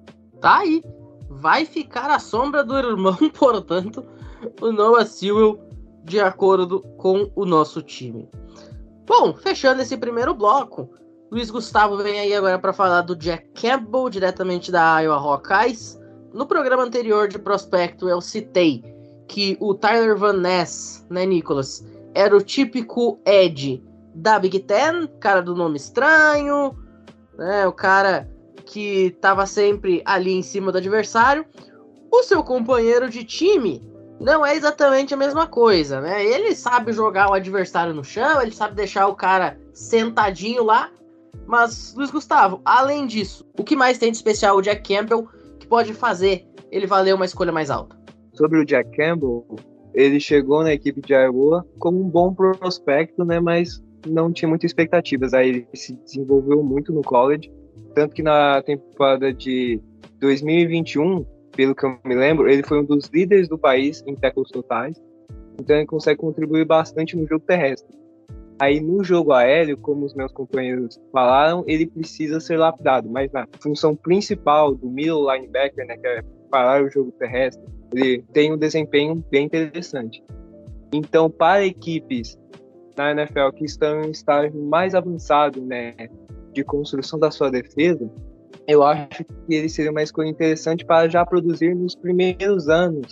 Tá aí. Vai ficar à sombra do irmão, portanto, o Noah Sewell, de acordo com o nosso time. Bom, fechando esse primeiro bloco, Luiz Gustavo vem aí agora para falar do Jack Campbell, diretamente da Iowa Hawkeyes. No programa anterior de prospecto, eu citei que o Tyler Van Ness, né, Nicolas, era o típico edge da Big Ten, cara do nome estranho, né, o cara que estava sempre ali em cima do adversário. O seu companheiro de time não é exatamente a mesma coisa, né? Ele sabe jogar o adversário no chão, ele sabe deixar o cara sentadinho lá. Mas, Luiz Gustavo, além disso, o que mais tem de especial o Jack Campbell que pode fazer ele valer uma escolha mais alta? Sobre o Jack Campbell, ele chegou na equipe de Iowa como um bom prospecto, né? Mas não tinha muitas expectativas. Aí ele se desenvolveu muito no college. Tanto que na temporada de dois mil e vinte e um, pelo que eu me lembro, ele foi um dos líderes do país em tackles totais. Então ele consegue contribuir bastante no jogo terrestre. Aí no jogo aéreo, como os meus companheiros falaram, ele precisa ser lapidado. Mas na função principal do middle linebacker, né, que é parar o jogo terrestre, ele tem um desempenho bem interessante. Então, para equipes na N F L que estão em estágio mais avançado, né, de construção da sua defesa, eu acho que ele seria uma escolha interessante para já produzir nos primeiros anos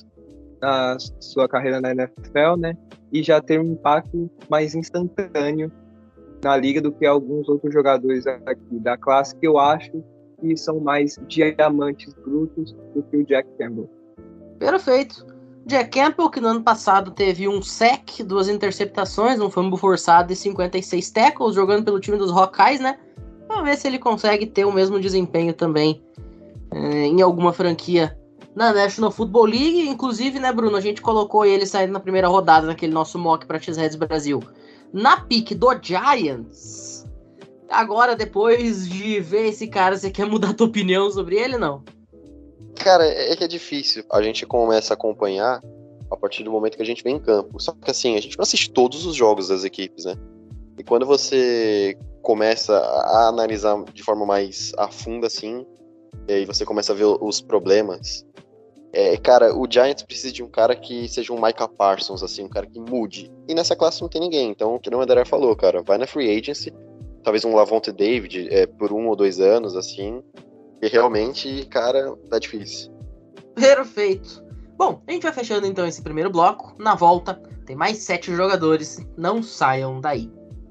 da sua carreira na N F L, né, e já ter um impacto mais instantâneo na liga do que alguns outros jogadores aqui da classe, que eu acho que são mais diamantes brutos do que o Jack Campbell. Perfeito. Jack Campbell, que no ano passado teve um sack, duas interceptações, um fumble forçado e cinquenta e seis tackles, jogando pelo time dos Hawkeyes, né? Vamos ver se ele consegue ter o mesmo desempenho também é, em alguma franquia na National Football League. Inclusive, né, Bruno, a gente colocou ele saindo na primeira rodada naquele nosso mock para Cheeseheads Brasil. Na pick do Giants, agora, depois de ver esse cara, você quer mudar a tua opinião sobre ele, não? Cara, é que é difícil. A gente começa a acompanhar a partir do momento que a gente vem em campo. Só que assim, a gente não assiste todos os jogos das equipes, né? E quando você começa a analisar de forma mais a fundo, assim, e aí você começa a ver os problemas, é, cara, o Giants precisa de um cara que seja um Micah Parsons, assim, um cara que mude. E nessa classe não tem ninguém. Então, o que o André falou, cara, vai na free agency, talvez um Lavonte David é, por um ou dois anos, assim, e realmente, cara, tá difícil. Perfeito. Bom, a gente vai fechando então esse primeiro bloco. Na volta, tem mais sete jogadores. Não saiam daí.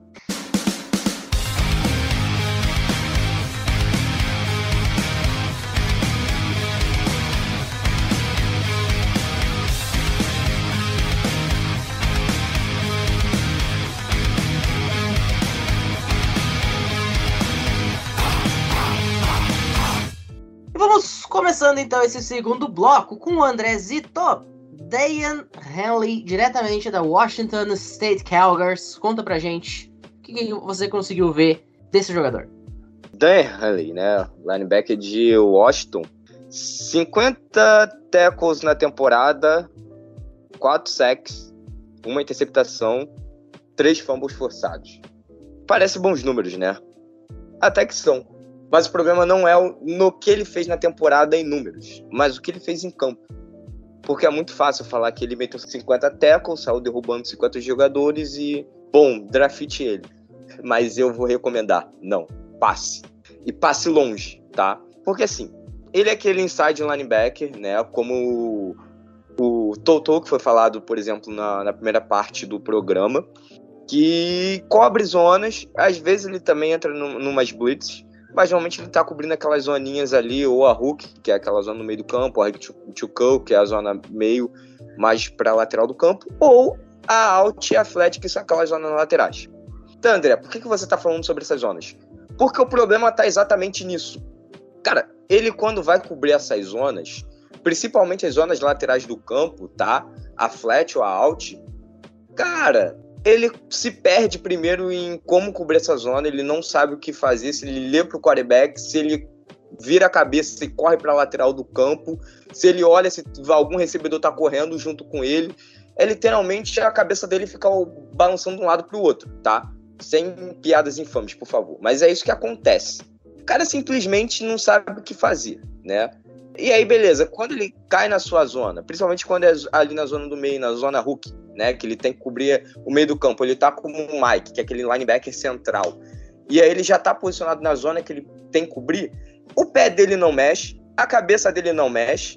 Vamos começando então esse segundo bloco com o André Zito. Daiyan Henley, diretamente da Washington State Cougars. Conta pra gente o que, que você conseguiu ver desse jogador. Daiyan Henley, né? Linebacker de Washington. cinquenta tackles na temporada, quatro sacks, uma interceptação, três fumbles forçados. Parece bons números, né? Até que são. Mas o problema não é no que ele fez na temporada em números, mas o que ele fez em campo. Porque é muito fácil falar que ele meteu cinquenta tackles, saiu derrubando cinquenta jogadores e, bom, draft ele. Mas eu vou recomendar, não, passe. E passe longe, tá? Porque assim, ele é aquele inside linebacker, né? Como o Toto, que foi falado, por exemplo, na, na primeira parte do programa, que cobre zonas, às vezes ele também entra num, numas blitz, mas normalmente ele tá cobrindo aquelas zoninhas ali, ou a hook, que é aquela zona no meio do campo, ou a to call, que é a zona meio mais para a lateral do campo, ou a out e a flat, que são aquelas zonas laterais. Então, André, por que, que você tá falando sobre essas zonas? Porque o problema tá exatamente nisso. Cara, ele quando vai cobrir essas zonas, principalmente as zonas laterais do campo, tá? A flat ou a out, cara, ele se perde primeiro em como cobrir essa zona, ele não sabe o que fazer, se ele lê pro quarterback, se ele vira a cabeça e corre para a lateral do campo, se ele olha se algum recebedor tá correndo junto com ele, é literalmente a cabeça dele fica balançando de um lado pro outro, tá? Sem piadas infames, por favor. Mas é isso que acontece. O cara simplesmente não sabe o que fazer, né? E aí, beleza, quando ele cai na sua zona, principalmente quando é ali na zona do meio, na zona hook, né, que ele tem que cobrir o meio do campo, ele tá como um Mike, que é aquele linebacker central, e aí ele já tá posicionado na zona que ele tem que cobrir, o pé dele não mexe, a cabeça dele não mexe,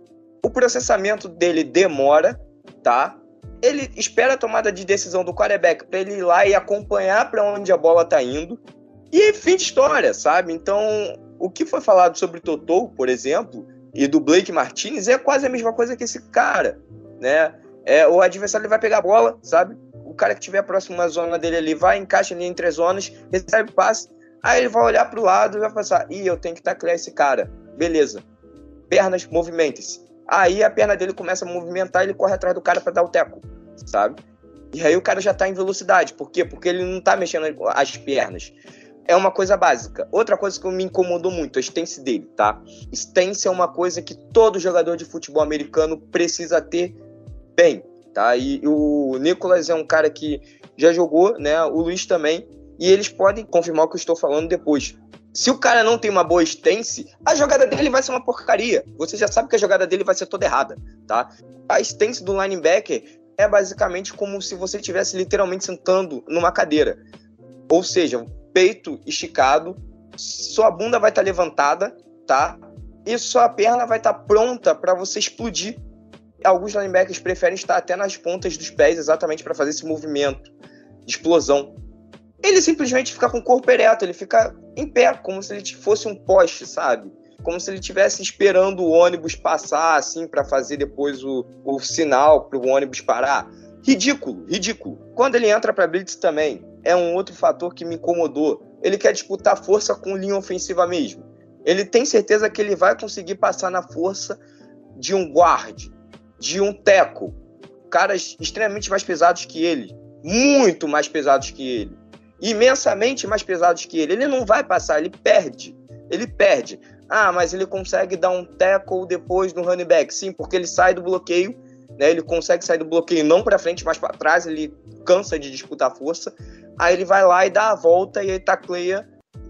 o processamento dele demora, tá? Ele espera a tomada de decisão do quarterback para ele ir lá e acompanhar para onde a bola tá indo, e fim de história, sabe? Então, o que foi falado sobre o Toto, por exemplo, e do Blake Martinez é quase a mesma coisa que esse cara, né? É, o adversário ele vai pegar a bola, sabe? O cara que estiver próximo à zona dele ali vai, encaixa ali entre as zonas, recebe o passe, aí ele vai olhar pro lado e vai pensar, ih, eu tenho que taclear esse cara. Beleza. Pernas, movimentem-se. Aí a perna dele começa a movimentar e ele corre atrás do cara para dar o teco, sabe? E aí o cara já tá em velocidade. Por quê? Porque ele não tá mexendo as pernas. É uma coisa básica. Outra coisa que me incomodou muito, a stance dele, tá? Stance é uma coisa que todo jogador de futebol americano precisa ter bem, tá? E o Nicolas é um cara que já jogou, né? O Luiz também. E eles podem confirmar o que eu estou falando depois. Se o cara não tem uma boa stance, a jogada dele vai ser uma porcaria. Você já sabe que a jogada dele vai ser toda errada, tá? A stance do linebacker é basicamente como se você estivesse literalmente sentando numa cadeira. Ou seja, peito esticado, sua bunda vai estar levantada, tá? E sua perna vai estar pronta para você explodir. Alguns linebackers preferem estar até nas pontas dos pés exatamente para fazer esse movimento de explosão. Ele simplesmente fica com o corpo ereto, ele fica em pé, como se ele fosse um poste, sabe? Como se ele estivesse esperando o ônibus passar, assim, para fazer depois o, o sinal para o ônibus parar. Ridículo, ridículo. Quando ele entra para blitz também, é um outro fator que me incomodou. Ele quer disputar força com linha ofensiva mesmo. Ele tem certeza que ele vai conseguir passar na força de um guard, de um tackle, caras extremamente mais pesados que ele, muito mais pesados que ele, imensamente mais pesados que ele. Ele não vai passar, ele perde, ele perde. Ah, mas ele consegue dar um tackle depois do running back. Sim, porque ele sai do bloqueio, né? Ele consegue sair do bloqueio não para frente, mas para trás, ele cansa de disputar força. Aí ele vai lá e dá a volta e ele tacleia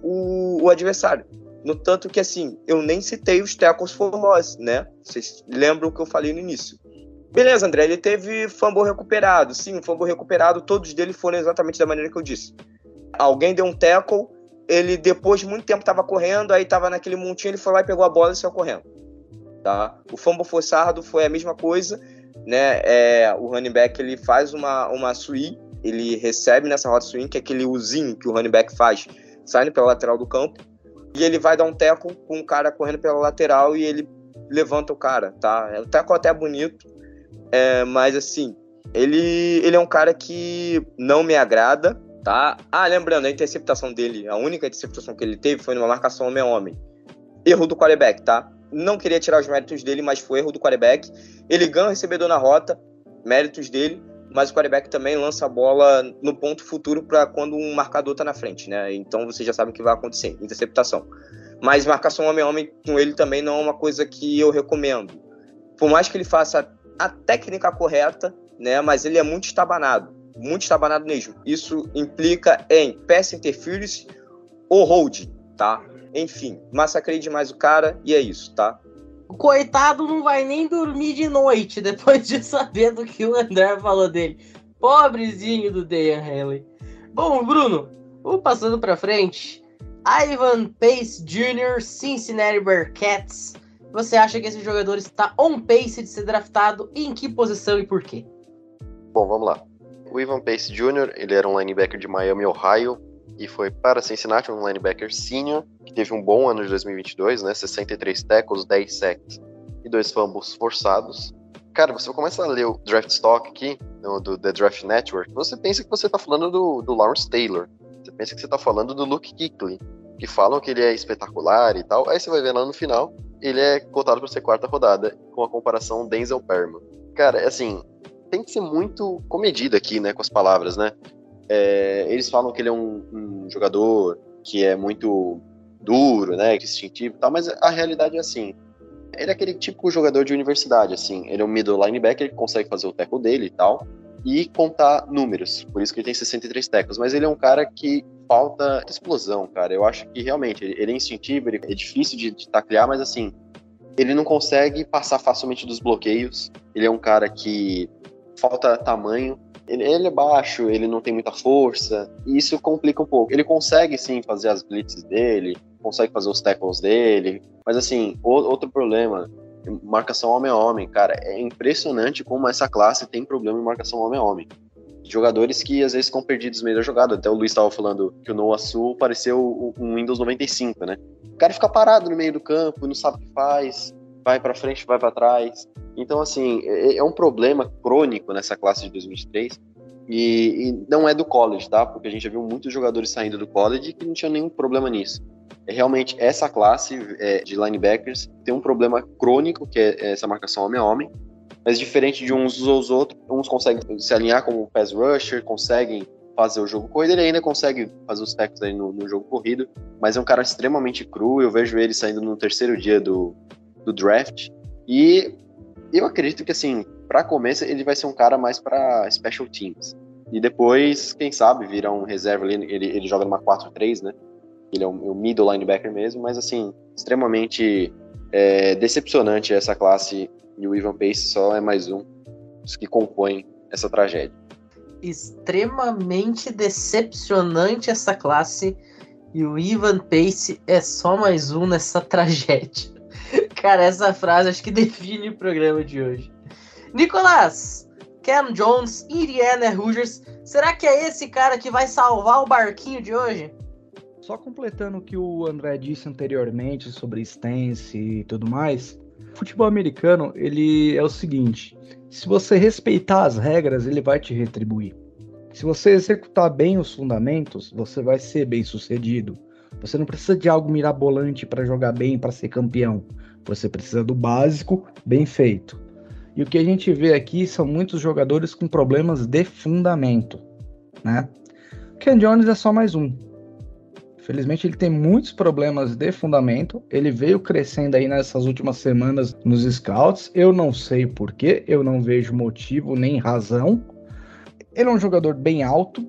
o, o adversário. No tanto que, assim, eu nem citei os tackles for loss, né? Vocês lembram o que eu falei no início. Beleza, André, ele teve fumble recuperado. Sim, o fumble recuperado, todos dele foram exatamente da maneira que eu disse. Alguém deu um tackle, ele depois de muito tempo estava correndo, aí estava naquele montinho, ele foi lá e pegou a bola e saiu correndo. Tá? O fumble forçado foi a mesma coisa, né? É, o running back ele faz uma, uma swing, ele recebe nessa rota swing, que é aquele uzinho que o running back faz, saindo pela lateral do campo, e ele vai dar um tackle com um cara correndo pela lateral e ele levanta o cara, tá? O tackle até é bonito, é, mas assim, ele, ele é um cara que não me agrada, tá? Ah, lembrando, a interceptação dele, a única interceptação que ele teve foi numa marcação homem a homem. Erro do quarterback, tá? Não queria tirar os méritos dele, mas foi erro do quarterback. Ele ganha o recebedor na rota, méritos dele, mas o quarterback também lança a bola no ponto futuro para quando um marcador tá na frente, né? Então você já sabe o que vai acontecer, interceptação. Mas marcação homem a homem com ele também não é uma coisa que eu recomendo. Por mais que ele faça a técnica correta, né? Mas ele é muito estabanado, muito estabanado mesmo. Isso implica em pass interference ou hold, tá? Enfim, massacrei demais o cara e é isso, tá? O coitado não vai nem dormir de noite depois de saber do que o André falou dele. Pobrezinho do Deion Henley. Bom, Bruno, vamos passando pra frente. Ivan Pace Júnior, Cincinnati Bearcats. você acha que esse jogador está on pace de ser draftado e em que posição e por quê? Bom, vamos lá. O Ivan Pace Júnior, ele era um linebacker de Miami, Ohio, e foi para Cincinnati, um linebacker senior, que teve um bom ano de dois mil e vinte e dois, né? sessenta e três tackles, dez sacks e dois fumbles forçados. Cara, você começa a ler o draft stock aqui, no, do The Draft Network, você pensa que você tá falando do, do Lawrence Taylor. Você pensa que você tá falando do Luke Kuechly, que falam que ele é espetacular e tal. Aí você vai ver lá no final, ele é cotado para ser quarta rodada, com a comparação Denzel Perman. Cara, assim, tem que ser muito comedido aqui, né, com as palavras, né? É, eles falam que ele é um, um jogador que é muito duro, né, instintivo e tal, mas a realidade é assim. Ele é aquele típico jogador de universidade, assim. Ele é um middle linebacker que consegue fazer o tackle dele e tal, e contar números. Por isso que ele tem sessenta e três tackles. Mas ele é um cara que falta explosão, cara. Eu acho que realmente ele, ele é instintivo, ele é difícil de, de taclear, mas assim, ele não consegue passar facilmente dos bloqueios. Ele é um cara que falta tamanho. Ele, ele é baixo, ele não tem muita força, e isso complica um pouco. Ele consegue sim fazer as blitzes dele, consegue fazer os tackles dele, mas assim, o, outro problema, marcação homem a homem, cara, é impressionante como essa classe tem problema em marcação homem a homem. Jogadores que às vezes ficam perdidos no meio da jogada. Até o Luiz estava falando que o Noah Sul pareceu um Windows noventa e cinco, né? O cara fica parado no meio do campo, não sabe o que faz, vai pra frente, vai pra trás. Então, assim, é, é um problema crônico nessa classe de dois mil e vinte e três. E, e não é do college, tá? Porque a gente já viu muitos jogadores saindo do college que não tinham nenhum problema nisso. É realmente essa classe é, de linebackers tem um problema crônico, que é essa marcação homem a homem. Mas diferente de uns aos outros, uns conseguem se alinhar como pass rusher, conseguem fazer o jogo corrido, ele ainda consegue fazer os tackles aí no, no jogo corrido, mas é um cara extremamente cru. Eu vejo ele saindo no terceiro dia do, do draft, e eu acredito que, assim, para começo, ele vai ser um cara mais para special teams, e depois, quem sabe, virar um reserva ali. Ele, ele joga numa quatro três, né? Ele é um, um middle linebacker mesmo, mas, assim, extremamente é, decepcionante essa classe. E o Ivan Pace só é mais um dos que compõem essa tragédia. Extremamente decepcionante essa classe. E o Ivan Pace é só mais um nessa tragédia. Cara, essa frase acho que define o programa de hoje. Nicolás, Cam Jones, Indiana Hoosiers. Será que é esse cara que vai salvar o barquinho de hoje? Só completando o que o André disse anteriormente sobre stance e tudo mais, o futebol americano, ele é o seguinte: se você respeitar as regras, ele vai te retribuir. Se você executar bem os fundamentos, você vai ser bem sucedido. Você não precisa de algo mirabolante para jogar bem, para ser campeão. Você precisa do básico, bem feito. E o que a gente vê aqui são muitos jogadores com problemas de fundamento, né? O Cam Jones é só mais um. Infelizmente ele tem muitos problemas de fundamento. Ele veio crescendo aí nessas últimas semanas nos scouts. Eu não sei porquê, eu não vejo motivo nem razão. Ele é um jogador bem alto.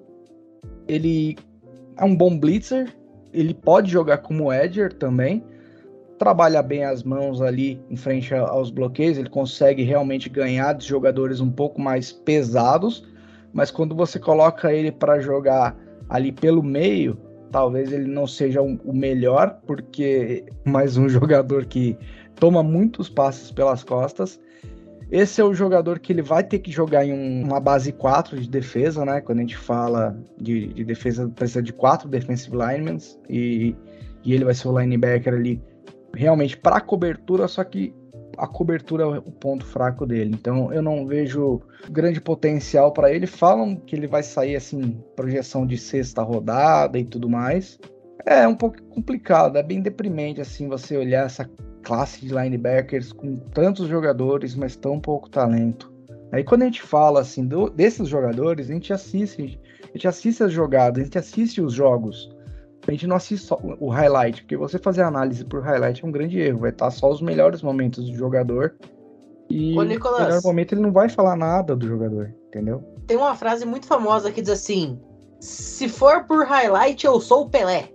Ele é um bom blitzer. Ele pode jogar como edger também. Trabalha bem as mãos ali em frente aos bloqueios. Ele consegue realmente ganhar de jogadores um pouco mais pesados. Mas quando você coloca ele para jogar ali pelo meio, talvez ele não seja o melhor, porque mais um jogador que toma muitos passes pelas costas. Esse é o jogador que ele vai ter que jogar em um, uma base quatro de defesa, né? Quando a gente fala de, de defesa, precisa de quatro defensive linemen, e, e ele vai ser o linebacker ali realmente para cobertura, só que a cobertura é o ponto fraco dele. Então eu não vejo grande potencial para ele. Falam que ele vai sair assim, projeção de sexta rodada e tudo mais. É um pouco complicado, é bem deprimente assim você olhar essa classe de linebackers com tantos jogadores, mas tão pouco talento. Aí quando a gente fala assim do, desses jogadores, a gente assiste, a gente assiste as jogadas, a gente assiste os jogos. A gente não assiste só o highlight, porque você fazer análise por highlight é um grande erro. Vai estar só os melhores momentos do jogador. E Ô, Nicolás, no melhor momento ele não vai falar nada do jogador, entendeu? Tem uma frase muito famosa que diz assim: se for por highlight, eu sou o Pelé.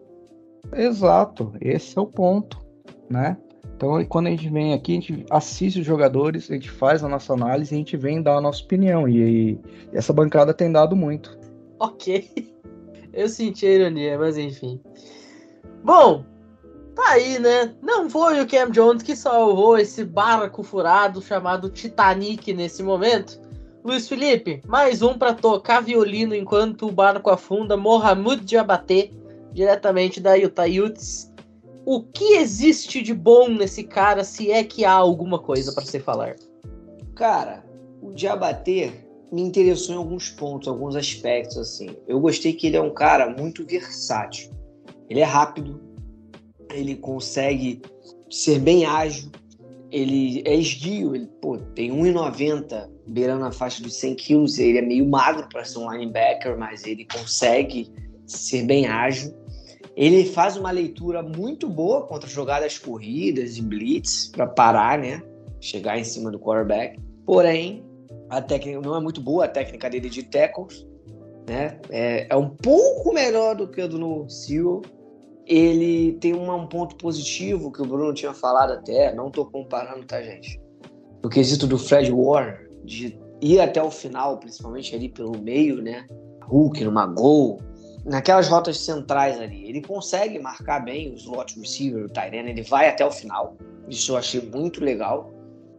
Exato, esse é o ponto, né? Então quando a gente vem aqui, a gente assiste os jogadores, a gente faz a nossa análise e a gente vem dar a nossa opinião. E, e essa bancada tem dado muito. Ok. Eu senti a ironia, mas enfim. Bom, Tá aí, né? Não foi o Cam Jones que salvou esse barco furado chamado Titanic nesse momento. Luiz Felipe, mais um para tocar violino enquanto o barco afunda, Mohamed Diabaté, diretamente da Utah Utes. O que existe de bom nesse cara, se é que há alguma coisa para se falar? Cara, o Diabaté me interessou em alguns pontos, alguns aspectos, assim. Eu gostei que ele é um cara muito versátil. Ele é rápido, ele consegue ser bem ágil, ele é esguio, ele pô, tem um e noventa, beirando a faixa dos cem quilos, ele é meio magro para ser um linebacker, mas ele consegue ser bem ágil. Ele faz uma leitura muito boa contra jogadas corridas e blitz para parar, né? Chegar em cima do quarterback. Porém, a técnica não é muito boa, a técnica dele de tackles, né? É, é um pouco melhor do que a do Noah Sewell. Ele tem uma, um ponto positivo que o Bruno tinha falado até, não estou comparando, tá, gente? No quesito do Fred Warner, de ir até o final, principalmente ali pelo meio, né? Hulk, numa gol, naquelas rotas centrais ali, ele consegue marcar bem o slot receiver, o tight end, ele vai até o final. Isso eu achei muito legal.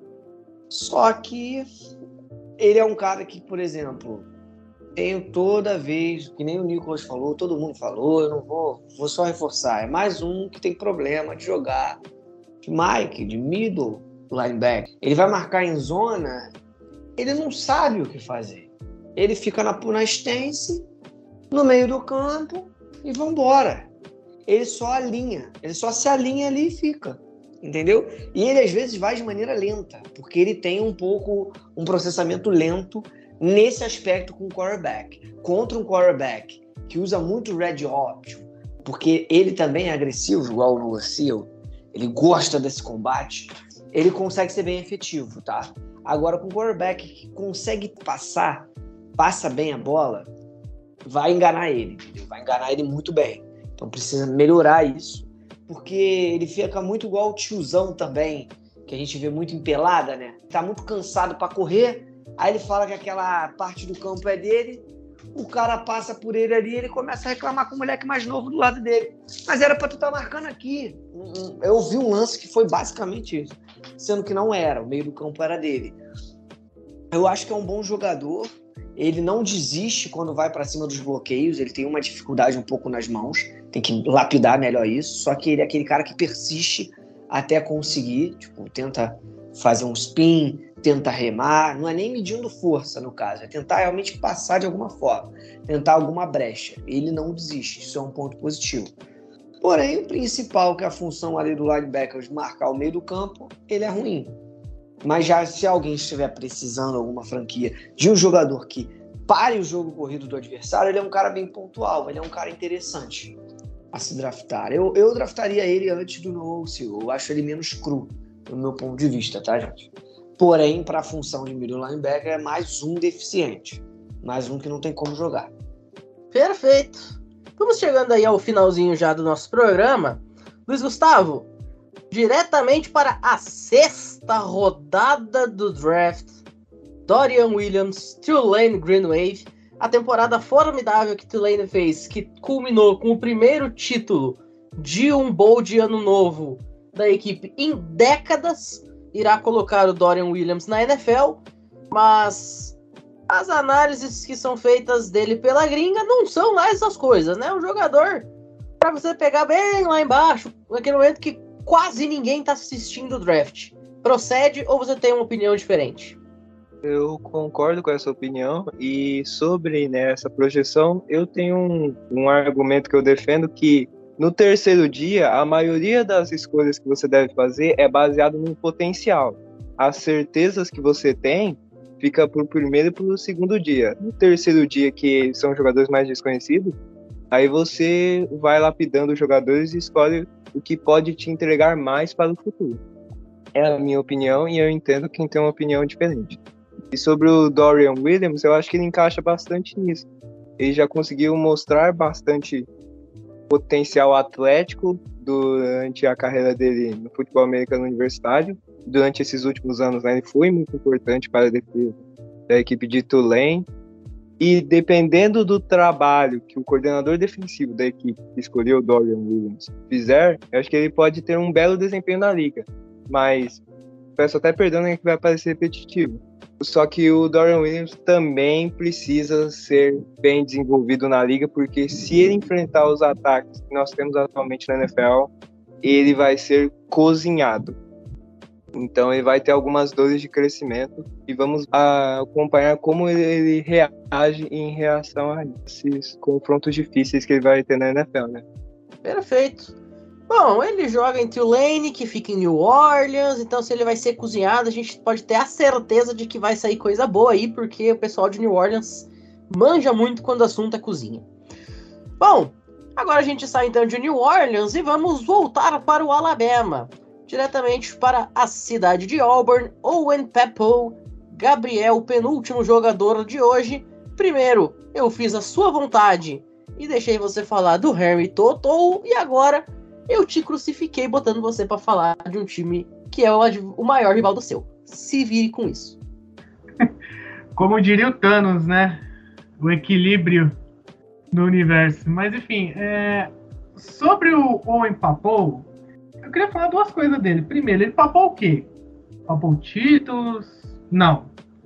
Só que ele é um cara que, por exemplo, tenho toda vez, que nem o Nicolas falou, todo mundo falou, eu não vou, vou só reforçar. É mais um que tem problema de jogar de Mike, de middle linebacker. Ele vai marcar em zona, ele não sabe o que fazer. Ele fica na, na stance, no meio do campo e vambora. Ele só alinha, ele só se alinha ali e fica. Entendeu? E ele às vezes vai de maneira lenta, porque ele tem um pouco um processamento lento nesse aspecto com o quarterback. Contra um quarterback que usa muito red option, porque ele também é agressivo, igual o Noah Sewell, ele gosta desse combate, ele consegue ser bem efetivo, tá? Agora, com um quarterback que consegue passar, passa bem a bola, vai enganar ele, entendeu? Vai enganar ele muito bem. Então precisa melhorar isso, porque ele fica muito igual o tiozão também, que a gente vê muito em pelada, né? Tá muito cansado para correr, aí ele fala que aquela parte do campo é dele, o cara passa por ele ali, ele começa a reclamar com o moleque mais novo do lado dele. Mas era para tu estar marcando aqui. Eu vi um lance que foi basicamente isso, sendo que não era, o meio do campo era dele. Eu acho que é um bom jogador, ele não desiste quando vai para cima dos bloqueios, ele tem uma dificuldade um pouco nas mãos, tem que lapidar melhor isso, só que ele é aquele cara que persiste até conseguir, tipo, tenta fazer um spin, tenta remar, não é nem medindo força no caso, é tentar realmente passar de alguma forma, tentar alguma brecha. Ele não desiste, isso é um ponto positivo. Porém, o principal, que é a função ali do linebacker de marcar o meio do campo, ele é ruim. Mas já se alguém estiver precisando, alguma franquia, de um jogador que pare o jogo corrido do adversário, ele é um cara bem pontual, ele é um cara interessante a se draftar. Eu, eu draftaria ele antes do Noah Sewell, eu acho ele menos cru, do meu ponto de vista, tá, gente? Porém, para a função de middle linebacker, é mais um deficiente, mais um que não tem como jogar. Perfeito. Vamos chegando aí ao finalzinho já do nosso programa. Luiz Gustavo, diretamente para a sexta rodada do draft, Dorian Williams, Tulane Green Wave, a temporada formidável que Tulane fez, que culminou com o primeiro título de um bowl de ano novo da equipe em décadas, irá colocar o Dorian Williams na N F L, mas as análises que são feitas dele pela gringa não são lá essas coisas, né? Um jogador para você pegar bem lá embaixo, naquele momento que quase ninguém está assistindo o draft. Procede ou você tem uma opinião diferente? Eu concordo com essa opinião, e sobre, né, essa projeção, eu tenho um, um argumento que eu defendo, que no terceiro dia, a maioria das escolhas que você deve fazer é baseado no potencial. As certezas que você tem fica para o primeiro e para o segundo dia. No terceiro dia, que são jogadores mais desconhecidos, aí você vai lapidando os jogadores e escolhe o que pode te entregar mais para o futuro. É a minha opinião, e eu entendo quem tem uma opinião diferente. E sobre o Dorian Williams, eu acho que ele encaixa bastante nisso. Ele já conseguiu mostrar bastante potencial atlético durante a carreira dele no futebol americano universitário. Durante esses últimos anos, né, ele foi muito importante para a defesa da equipe de Tulane. E dependendo do trabalho que o coordenador defensivo da equipe que escolheu o Dorian Williams fizer, eu acho que ele pode ter um belo desempenho na liga. Mas peço até perdão, né, que vai parecer repetitivo. Só que o Dorian Williams também precisa ser bem desenvolvido na liga, porque se ele enfrentar os ataques que nós temos atualmente na N F L, ele vai ser cozinhado. Então ele vai ter algumas dores de crescimento e vamos acompanhar como ele reage em reação a esses confrontos difíceis que ele vai ter na N F L, né? Perfeito. Bom, ele joga em Tulane, que fica em New Orleans, então se ele vai ser cozinhado, a gente pode ter a certeza de que vai sair coisa boa aí, porque o pessoal de New Orleans manja muito quando o assunto é cozinha. Bom, agora a gente sai então de New Orleans e vamos voltar para o Alabama. Diretamente para a cidade de Auburn, Owen Pappoe, Gabriel, penúltimo jogador de hoje. Primeiro, eu fiz a sua vontade e deixei você falar do Henry To'oTo'o, e agora eu te crucifiquei botando você para falar de um time que é o, o maior rival do seu. Se vire com isso. Como diria o Thanos, né? O equilíbrio do universo. Mas enfim, é... sobre o Owen Pappoe, eu queria falar duas coisas dele. Primeiro, ele papou o quê? Papou títulos? Não.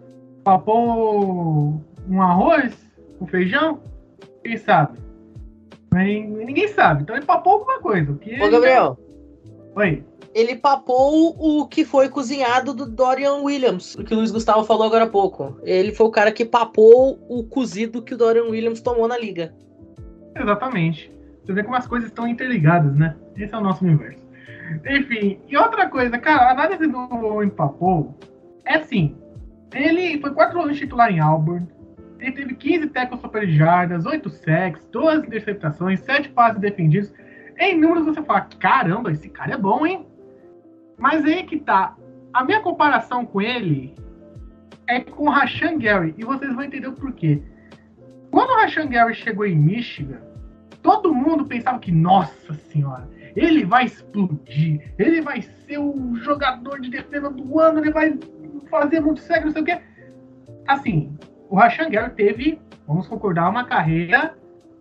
Papou um arroz? Um feijão? Quem sabe? Mas ninguém sabe. Então ele papou alguma coisa. O que Ô, Gabriel. Já... Oi. Ele papou o que foi cozinhado do Dorian Williams, o que o Luiz Gustavo falou agora há pouco. Ele foi o cara que papou o cozido que o Dorian Williams tomou na liga. Exatamente. Você vê como as coisas estão interligadas, né? Esse é o nosso universo. Enfim, e outra coisa, cara, a análise do Owen Pappoe é assim, ele foi quatro anos titular em Auburn, ele teve quinze tackles super jardas, oito sacks, doze interceptações, sete passes defendidos. Em números você fala, caramba, esse cara é bom, hein? Mas aí que tá, a minha comparação com ele é com o Rashan Gary, e vocês vão entender o porquê. Quando o Rashan Gary chegou em Michigan, todo mundo pensava que, nossa senhora, ele vai explodir, ele vai ser o jogador de defesa do ano, ele vai fazer muito sério, não sei o quê. Assim, o Rashan Gary teve, vamos concordar, uma carreira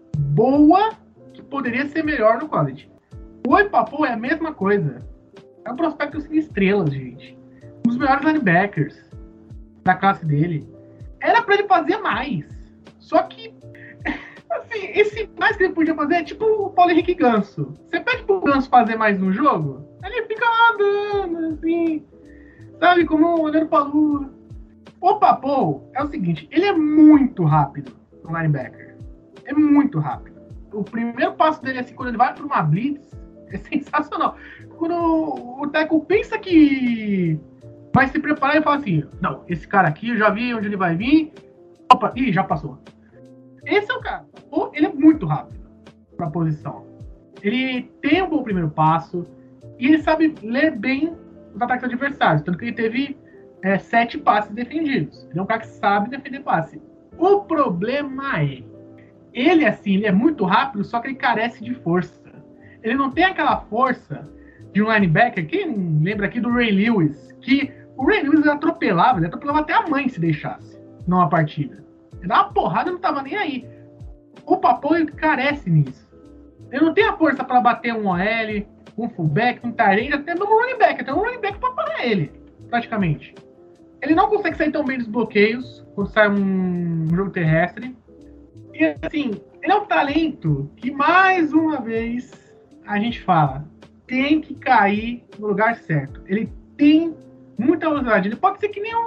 boa que poderia ser melhor no college. O Owen Pappoe é a mesma coisa. É um prospecto sem estrelas, gente. Um dos melhores linebackers da classe dele. Era pra ele fazer mais. Só que assim, esse mais que ele podia fazer é tipo o Paulo Henrique Ganso. Você pede pro Ganso fazer mais no jogo, ele fica lá andando, assim, sabe, como olhando pra lua. O Pappoe é o seguinte, ele é muito rápido no linebacker. É muito rápido. O primeiro passo dele, assim, quando ele vai pra uma blitz, é sensacional. Quando o tackle pensa que vai se preparar, ele fala assim, não, esse cara aqui, eu já vi onde ele vai vir. Opa, ih, já passou. Esse é o cara. Ele é muito rápido para a posição. Ele tem um bom primeiro passo e ele sabe ler bem os ataques adversários. Tanto que ele teve é, sete passes defendidos. Ele é um cara que sabe defender passe. O problema é, ele assim, ele é muito rápido, só que ele carece de força. Ele não tem aquela força de um linebacker. Quem lembra aqui do Ray Lewis? Que o Ray Lewis ele atropelava, ele atropelava até a mãe se deixasse numa partida. Ele dava uma porrada e não tava nem aí. O Pappoe carece nisso. Ele não tem a força para bater um O L, um fullback, um tight end, até mesmo um running back. Até um running back para parar ele, praticamente. Ele não consegue sair tão bem dos bloqueios quando sai um jogo terrestre. E assim, ele é um talento que, mais uma vez, a gente fala, tem que cair no lugar certo. Ele tem muita velocidade. Ele pode ser que nem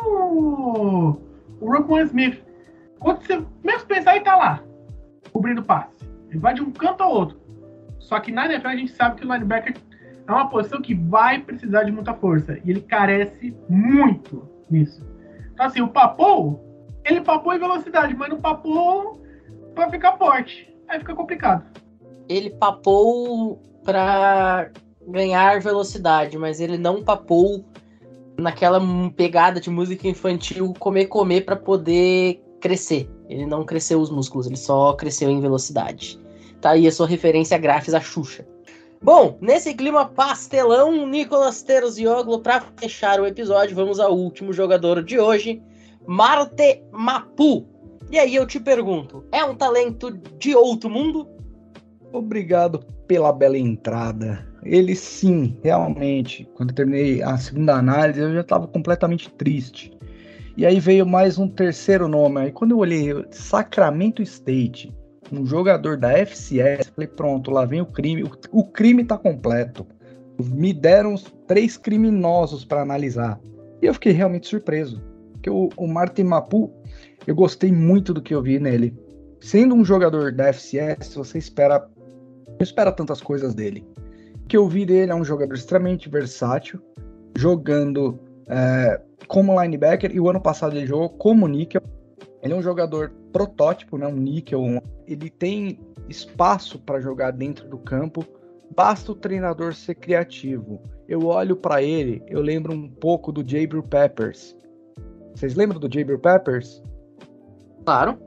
o, o Roquan Smith. Quando você mesmo pensar, ele tá lá, cobrindo passe. Ele vai de um canto ao outro. Só que na N F L a gente sabe que o linebacker é uma posição que vai precisar de muita força. E ele carece muito nisso. Então assim, o Pappoe, ele papou em velocidade, mas não papou pra ficar forte. Aí fica complicado. Ele papou pra ganhar velocidade, mas ele não papou naquela pegada de música infantil comer, comer pra poder crescer. Ele não cresceu os músculos, ele só cresceu em velocidade. Tá aí a sua referência grátis à Xuxa. Bom, nesse clima pastelão, Nicolas Terzioglu, para fechar o episódio, vamos ao último jogador de hoje, Marte Mapu. E aí eu te pergunto, é um talento de outro mundo? Obrigado pela bela entrada. Ele sim, realmente. Quando eu terminei a segunda análise, eu já estava completamente triste. E aí veio mais um terceiro nome. Aí quando eu olhei Sacramento State, um jogador da F C S, falei, pronto, lá vem o crime. O, o crime tá completo. Me deram três criminosos para analisar. E eu fiquei realmente surpreso. Porque o, o Martin Mapu, eu gostei muito do que eu vi nele. Sendo um jogador da F C S, você espera, não espera tantas coisas dele. O que eu vi dele é um jogador extremamente versátil, jogando é, como linebacker, e o ano passado ele jogou como níquel. Ele é um jogador protótipo, né, um níquel. Um, ele tem espaço para jogar dentro do campo, basta o treinador ser criativo. Eu olho para ele, eu lembro um pouco do Jabril Peppers. Vocês lembram do Jabril Peppers? Claro.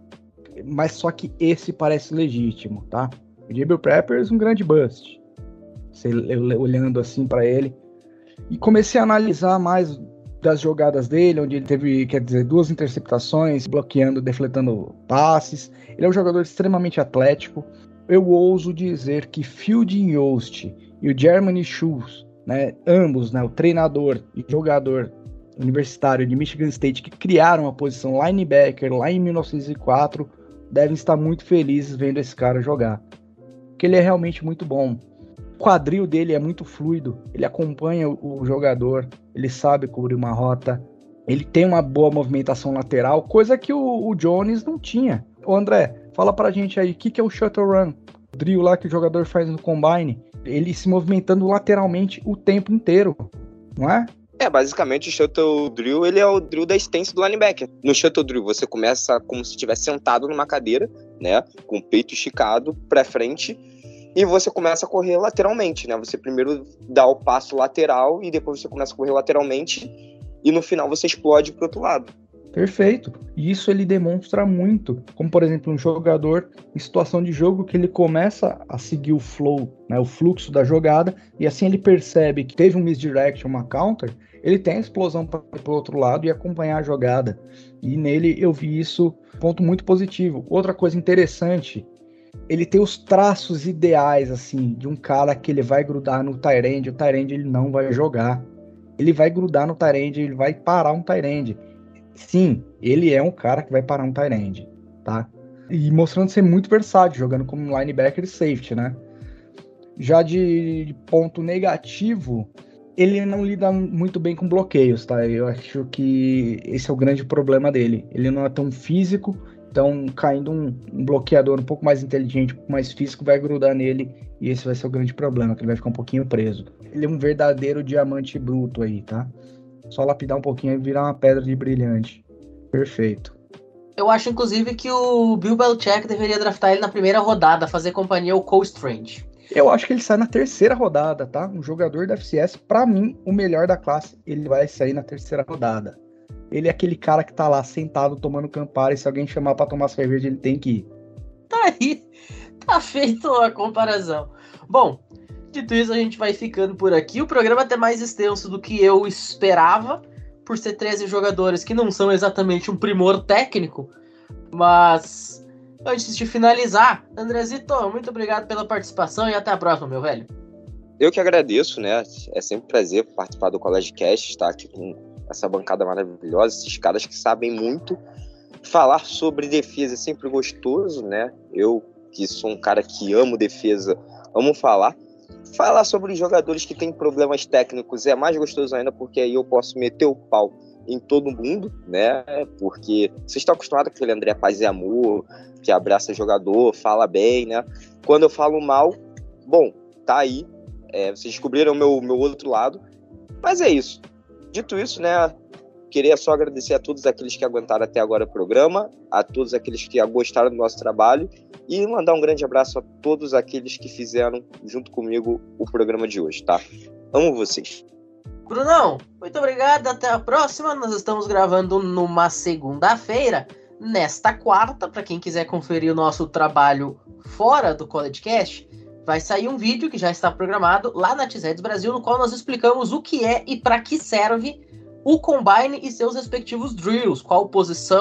Mas só que esse parece legítimo, tá? O Jabril Peppers, um grande bust. Você, eu, olhando assim para ele. E comecei a analisar mais das jogadas dele, onde ele teve, quer dizer, duas interceptações, bloqueando, defletando passes. Ele é um jogador extremamente atlético. Eu ouso dizer que Field Yost e o Jeremy Schultz, né, ambos, né, o treinador e jogador universitário de Michigan State, que criaram a posição linebacker lá em mil novecentos e quatro, devem estar muito felizes vendo esse cara jogar. Porque ele é realmente muito bom. O quadril dele é muito fluido, ele acompanha o, o jogador, ele sabe cobrir uma rota, ele tem uma boa movimentação lateral, coisa que o, o Jones não tinha. Ô André, fala pra gente aí, o que, que é o shuttle run? O drill lá que o jogador faz no combine, ele se movimentando lateralmente o tempo inteiro, não é? É, basicamente o shuttle drill, ele é o drill da extensão do linebacker. No shuttle drill você começa como se estivesse sentado numa cadeira, né, com o peito esticado pra frente, e você começa a correr lateralmente, né? Você primeiro dá o passo lateral e depois você começa a correr lateralmente e no final você explode pro outro lado. Perfeito. E isso ele demonstra muito. Como, por exemplo, um jogador em situação de jogo que ele começa a seguir o flow, né, o fluxo da jogada, e assim ele percebe que teve um misdirection, uma counter, ele tem a explosão para o outro lado e acompanhar a jogada. E nele eu vi isso, ponto muito positivo. Outra coisa interessante, ele tem os traços ideais, assim, de um cara que ele vai grudar no tight end, o tight end ele não vai jogar. Ele vai grudar no tight end, ele vai parar um tight end. Sim, ele é um cara que vai parar um tight end, tá? E mostrando ser muito versátil, jogando como linebacker e safety, né? Já de ponto negativo, ele não lida muito bem com bloqueios, tá? Eu acho que esse é o grande problema dele. Ele não é tão físico, então caindo um, um bloqueador um pouco mais inteligente, um pouco mais físico, vai grudar nele e esse vai ser o grande problema, que ele vai ficar um pouquinho preso. Ele é um verdadeiro diamante bruto aí, tá? Só lapidar um pouquinho e virar uma pedra de brilhante. Perfeito. Eu acho, inclusive, que o Bill Belichick deveria draftar ele na primeira rodada, fazer companhia ao Cole Strange. Eu acho que ele sai na terceira rodada, tá? Um jogador da F C S, pra mim, o melhor da classe, ele vai sair na terceira rodada. Ele é aquele cara que tá lá sentado tomando Campari, e se alguém chamar pra tomar cerveja, ele tem que ir. Tá aí, tá feito a comparação. Bom, dito isso, a gente vai ficando por aqui. O programa é até mais extenso do que eu esperava, por ser treze jogadores que não são exatamente um primor técnico. Mas, antes de finalizar, Andrezito, muito obrigado pela participação e até a próxima, meu velho. Eu que agradeço, né? É sempre um prazer participar do College Cast, estar aqui com essa bancada maravilhosa, esses caras que sabem muito. Falar sobre defesa é sempre gostoso, né? Eu, que sou um cara que amo defesa, amo falar. Falar sobre jogadores que têm problemas técnicos é mais gostoso ainda, porque aí eu posso meter o pau em todo mundo, né? Porque vocês estão acostumados com aquele André Paz e Amor, que abraça jogador, fala bem, né? Quando eu falo mal, bom, tá aí. É, vocês descobriram o meu, meu outro lado. Mas é isso. Dito isso, né? Queria só agradecer a todos aqueles que aguentaram até agora o programa, a todos aqueles que gostaram do nosso trabalho e mandar um grande abraço a todos aqueles que fizeram junto comigo o programa de hoje, tá? Amo vocês. Brunão, muito obrigado, até a próxima. Nós estamos gravando numa segunda-feira. Nesta quarta, para quem quiser conferir o nosso trabalho fora do College Cast, vai sair um vídeo que já está programado lá na T-Redes Brasil, no qual nós explicamos o que é e para que serve o Combine e seus respectivos drills, qual posição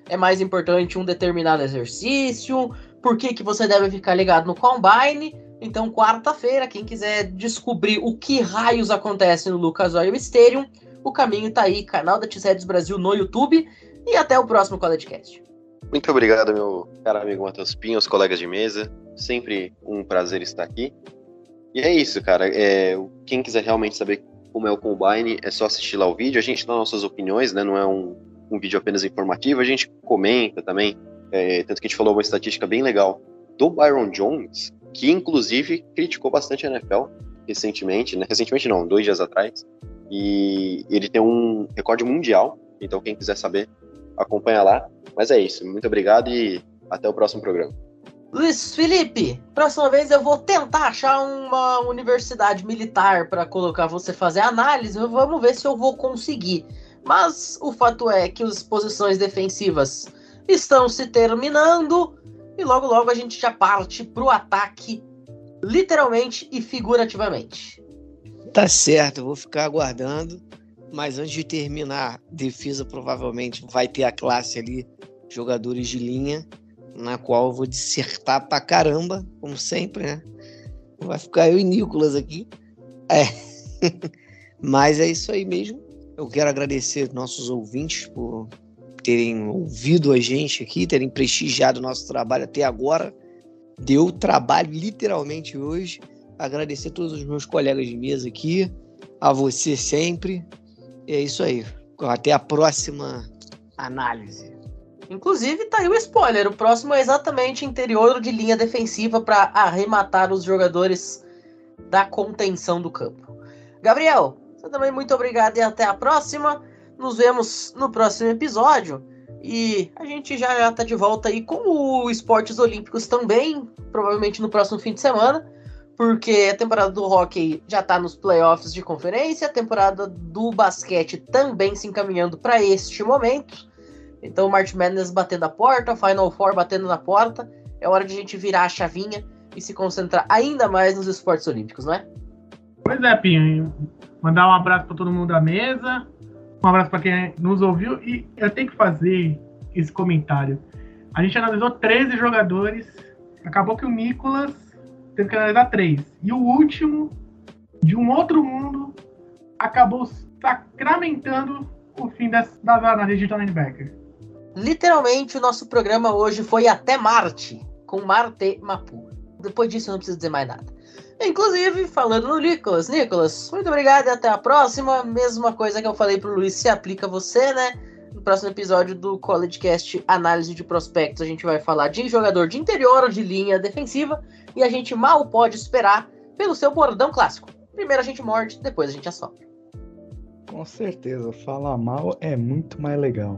é mais importante um determinado exercício, por que, que você deve ficar ligado no Combine. Então, quarta-feira, quem quiser descobrir o que raios acontece no Lucas Oil Stadium, o caminho tá aí, canal da T-Series Brasil no YouTube, e até o próximo CollegeCast. Muito obrigado, meu caro amigo Matheus Pinho, os colegas de mesa, sempre um prazer estar aqui. E é isso, cara, é, quem quiser realmente saber como é o Combine, é só assistir lá o vídeo, a gente dá nossas opiniões, né, não é um, um vídeo apenas informativo, a gente comenta também, é, tanto que a gente falou uma estatística bem legal do Byron Jones, que inclusive criticou bastante a N F L recentemente, né? Recentemente não, dois dias atrás, e ele tem um recorde mundial, então quem quiser saber, acompanha lá. Mas é isso, muito obrigado e até o próximo programa. Luiz Felipe, próxima vez eu vou tentar achar uma universidade militar para colocar você fazer análise, vamos ver se eu vou conseguir. Mas o fato é que as posições defensivas estão se terminando e logo logo a gente já parte pro ataque, literalmente e figurativamente. Tá certo, eu vou ficar aguardando, mas antes de terminar, defesa provavelmente vai ter a classe ali, jogadores de linha, na qual eu vou dissertar pra caramba, como sempre, né? Vai ficar eu e Nicolas aqui. É. Mas é isso aí mesmo. Eu quero agradecer nossos ouvintes por terem ouvido a gente aqui, terem prestigiado o nosso trabalho até agora. Deu trabalho literalmente hoje. Agradecer a todos os meus colegas de mesa aqui, a você sempre. É isso aí. Até a próxima análise. Inclusive, tá aí o spoiler. O próximo é exatamente interior de linha defensiva para arrematar os jogadores da contenção do campo. Gabriel, você também muito obrigado e até a próxima. Nos vemos no próximo episódio. E a gente já, já tá de volta aí com os esportes olímpicos também, provavelmente no próximo fim de semana, porque a temporada do hockey já tá nos playoffs de conferência, a temporada do basquete também se encaminhando para este momento. Então, March Madness batendo a porta, Final Four batendo na porta, é hora de a gente virar a chavinha e se concentrar ainda mais nos esportes olímpicos, não é? Pois é, Pinho. Mandar um abraço para todo mundo da mesa, um abraço para quem nos ouviu, e eu tenho que fazer esse comentário. A gente analisou treze jogadores, acabou que o Nicolas teve que analisar três. E o último, de um outro mundo, acabou sacramentando o fim das, das análises de linebacker. Literalmente, o nosso programa hoje foi até Marte, com Marte Mapu. Depois disso, eu não preciso dizer mais nada. Inclusive, falando no Nicolas. Nicolas, muito obrigado e até a próxima. Mesma coisa que eu falei pro Luiz, se aplica a você, né? No próximo episódio do CollegeCast Análise de Prospectos, a gente vai falar de jogador de interior ou de linha defensiva. E a gente mal pode esperar pelo seu bordão clássico. Primeiro a gente morde, depois a gente assopra. Com certeza, falar mal é muito mais legal.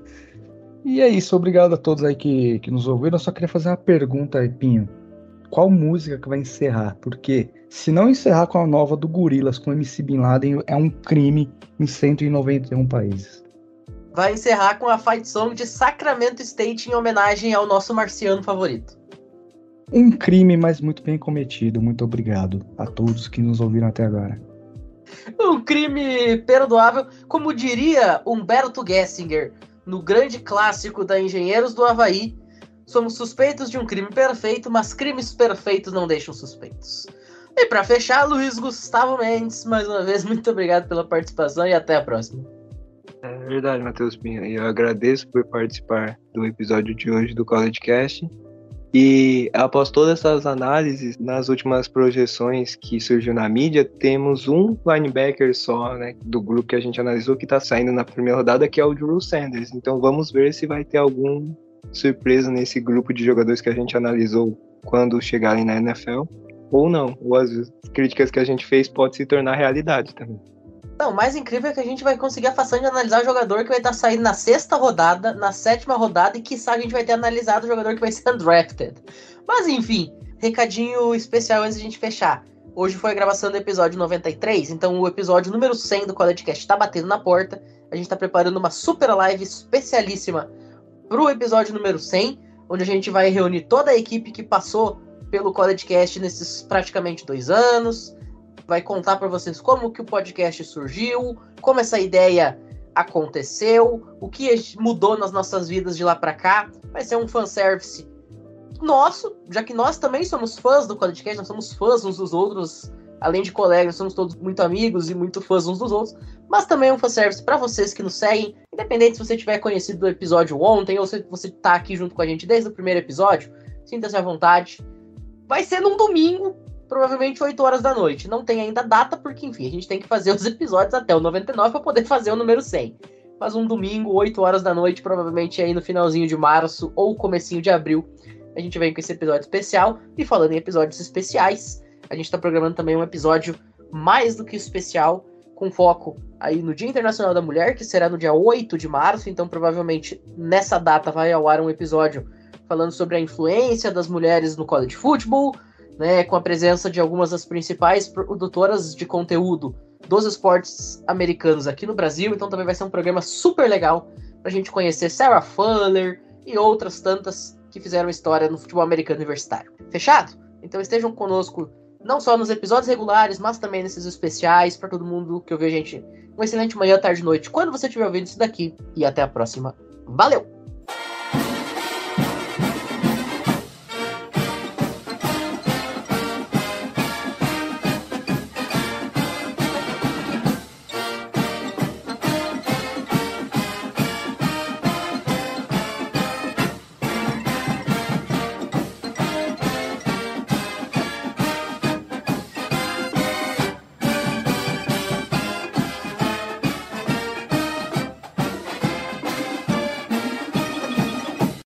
E é isso, obrigado a todos aí que, que nos ouviram. Eu só queria fazer uma pergunta aí, Pinho. Qual música que vai encerrar? Porque se não encerrar com a nova do Gorillaz, com M C Bin Laden, é um crime em cento e noventa e um países. Vai encerrar com a fight song de Sacramento State em homenagem ao nosso marciano favorito. Um crime, mas muito bem cometido. Muito obrigado a todos que nos ouviram até agora. Um crime perdoável, como diria Humberto Gessinger, no grande clássico da Engenheiros do Havaí, somos suspeitos de um crime perfeito, mas crimes perfeitos não deixam suspeitos. E para fechar, Luiz Gustavo Mendes, mais uma vez, muito obrigado pela participação e até a próxima. É verdade, Matheus Pinho. Eu agradeço por participar do episódio de hoje do CollegeCast. E após todas essas análises, nas últimas projeções que surgiu na mídia, temos um linebacker só, né, do grupo que a gente analisou, que está saindo na primeira rodada, que é o Drew Sanders. Então vamos ver se vai ter alguma surpresa nesse grupo de jogadores que a gente analisou quando chegarem na N F L, ou não. Ou as críticas que a gente fez podem se tornar realidade também. Não, o mais incrível é que a gente vai conseguir a façanha de analisar o jogador que vai estar saindo na sexta rodada, na sétima rodada, e quiçá a gente vai ter analisado o jogador que vai ser undrafted. Mas enfim, recadinho especial antes de a gente fechar. Hoje foi a gravação do episódio noventa e três, então o episódio número cem do CollegeCast está batendo na porta. A gente está preparando uma super live especialíssima pro episódio número cem, onde a gente vai reunir toda a equipe que passou pelo CollegeCast nesses praticamente dois anos. Vai contar para vocês como que o podcast surgiu, como essa ideia aconteceu, o que mudou nas nossas vidas de lá pra cá. Vai ser um fanservice nosso, já que nós também somos fãs do CollegeCast, nós somos fãs uns dos outros, além de colegas, somos todos muito amigos e muito fãs uns dos outros, mas também é um fanservice para vocês que nos seguem, independente se você tiver conhecido do episódio ontem ou se você tá aqui junto com a gente desde o primeiro episódio, sinta-se à vontade. Vai ser num domingo, provavelmente oito horas da noite. Não tem ainda data, porque, enfim, a gente tem que fazer os episódios até o noventa e nove para poder fazer o número cem. Mas um domingo, oito horas da noite, provavelmente aí no finalzinho de março ou comecinho de abril, a gente vem com esse episódio especial. E falando em episódios especiais, a gente tá programando também um episódio mais do que especial, com foco aí no Dia Internacional da Mulher, que será no dia oito de março. Então, provavelmente, nessa data vai ao ar um episódio falando sobre a influência das mulheres no college football, né, com a presença de algumas das principais produtoras de conteúdo dos esportes americanos aqui no Brasil. Então também vai ser um programa super legal pra gente conhecer Sarah Fuller e outras tantas que fizeram história no futebol americano universitário. Fechado? Então estejam conosco não só nos episódios regulares, mas também nesses especiais, para todo mundo que ouviu a gente. Uma excelente manhã, tarde e noite, quando você estiver ouvindo isso daqui. E até a próxima. Valeu!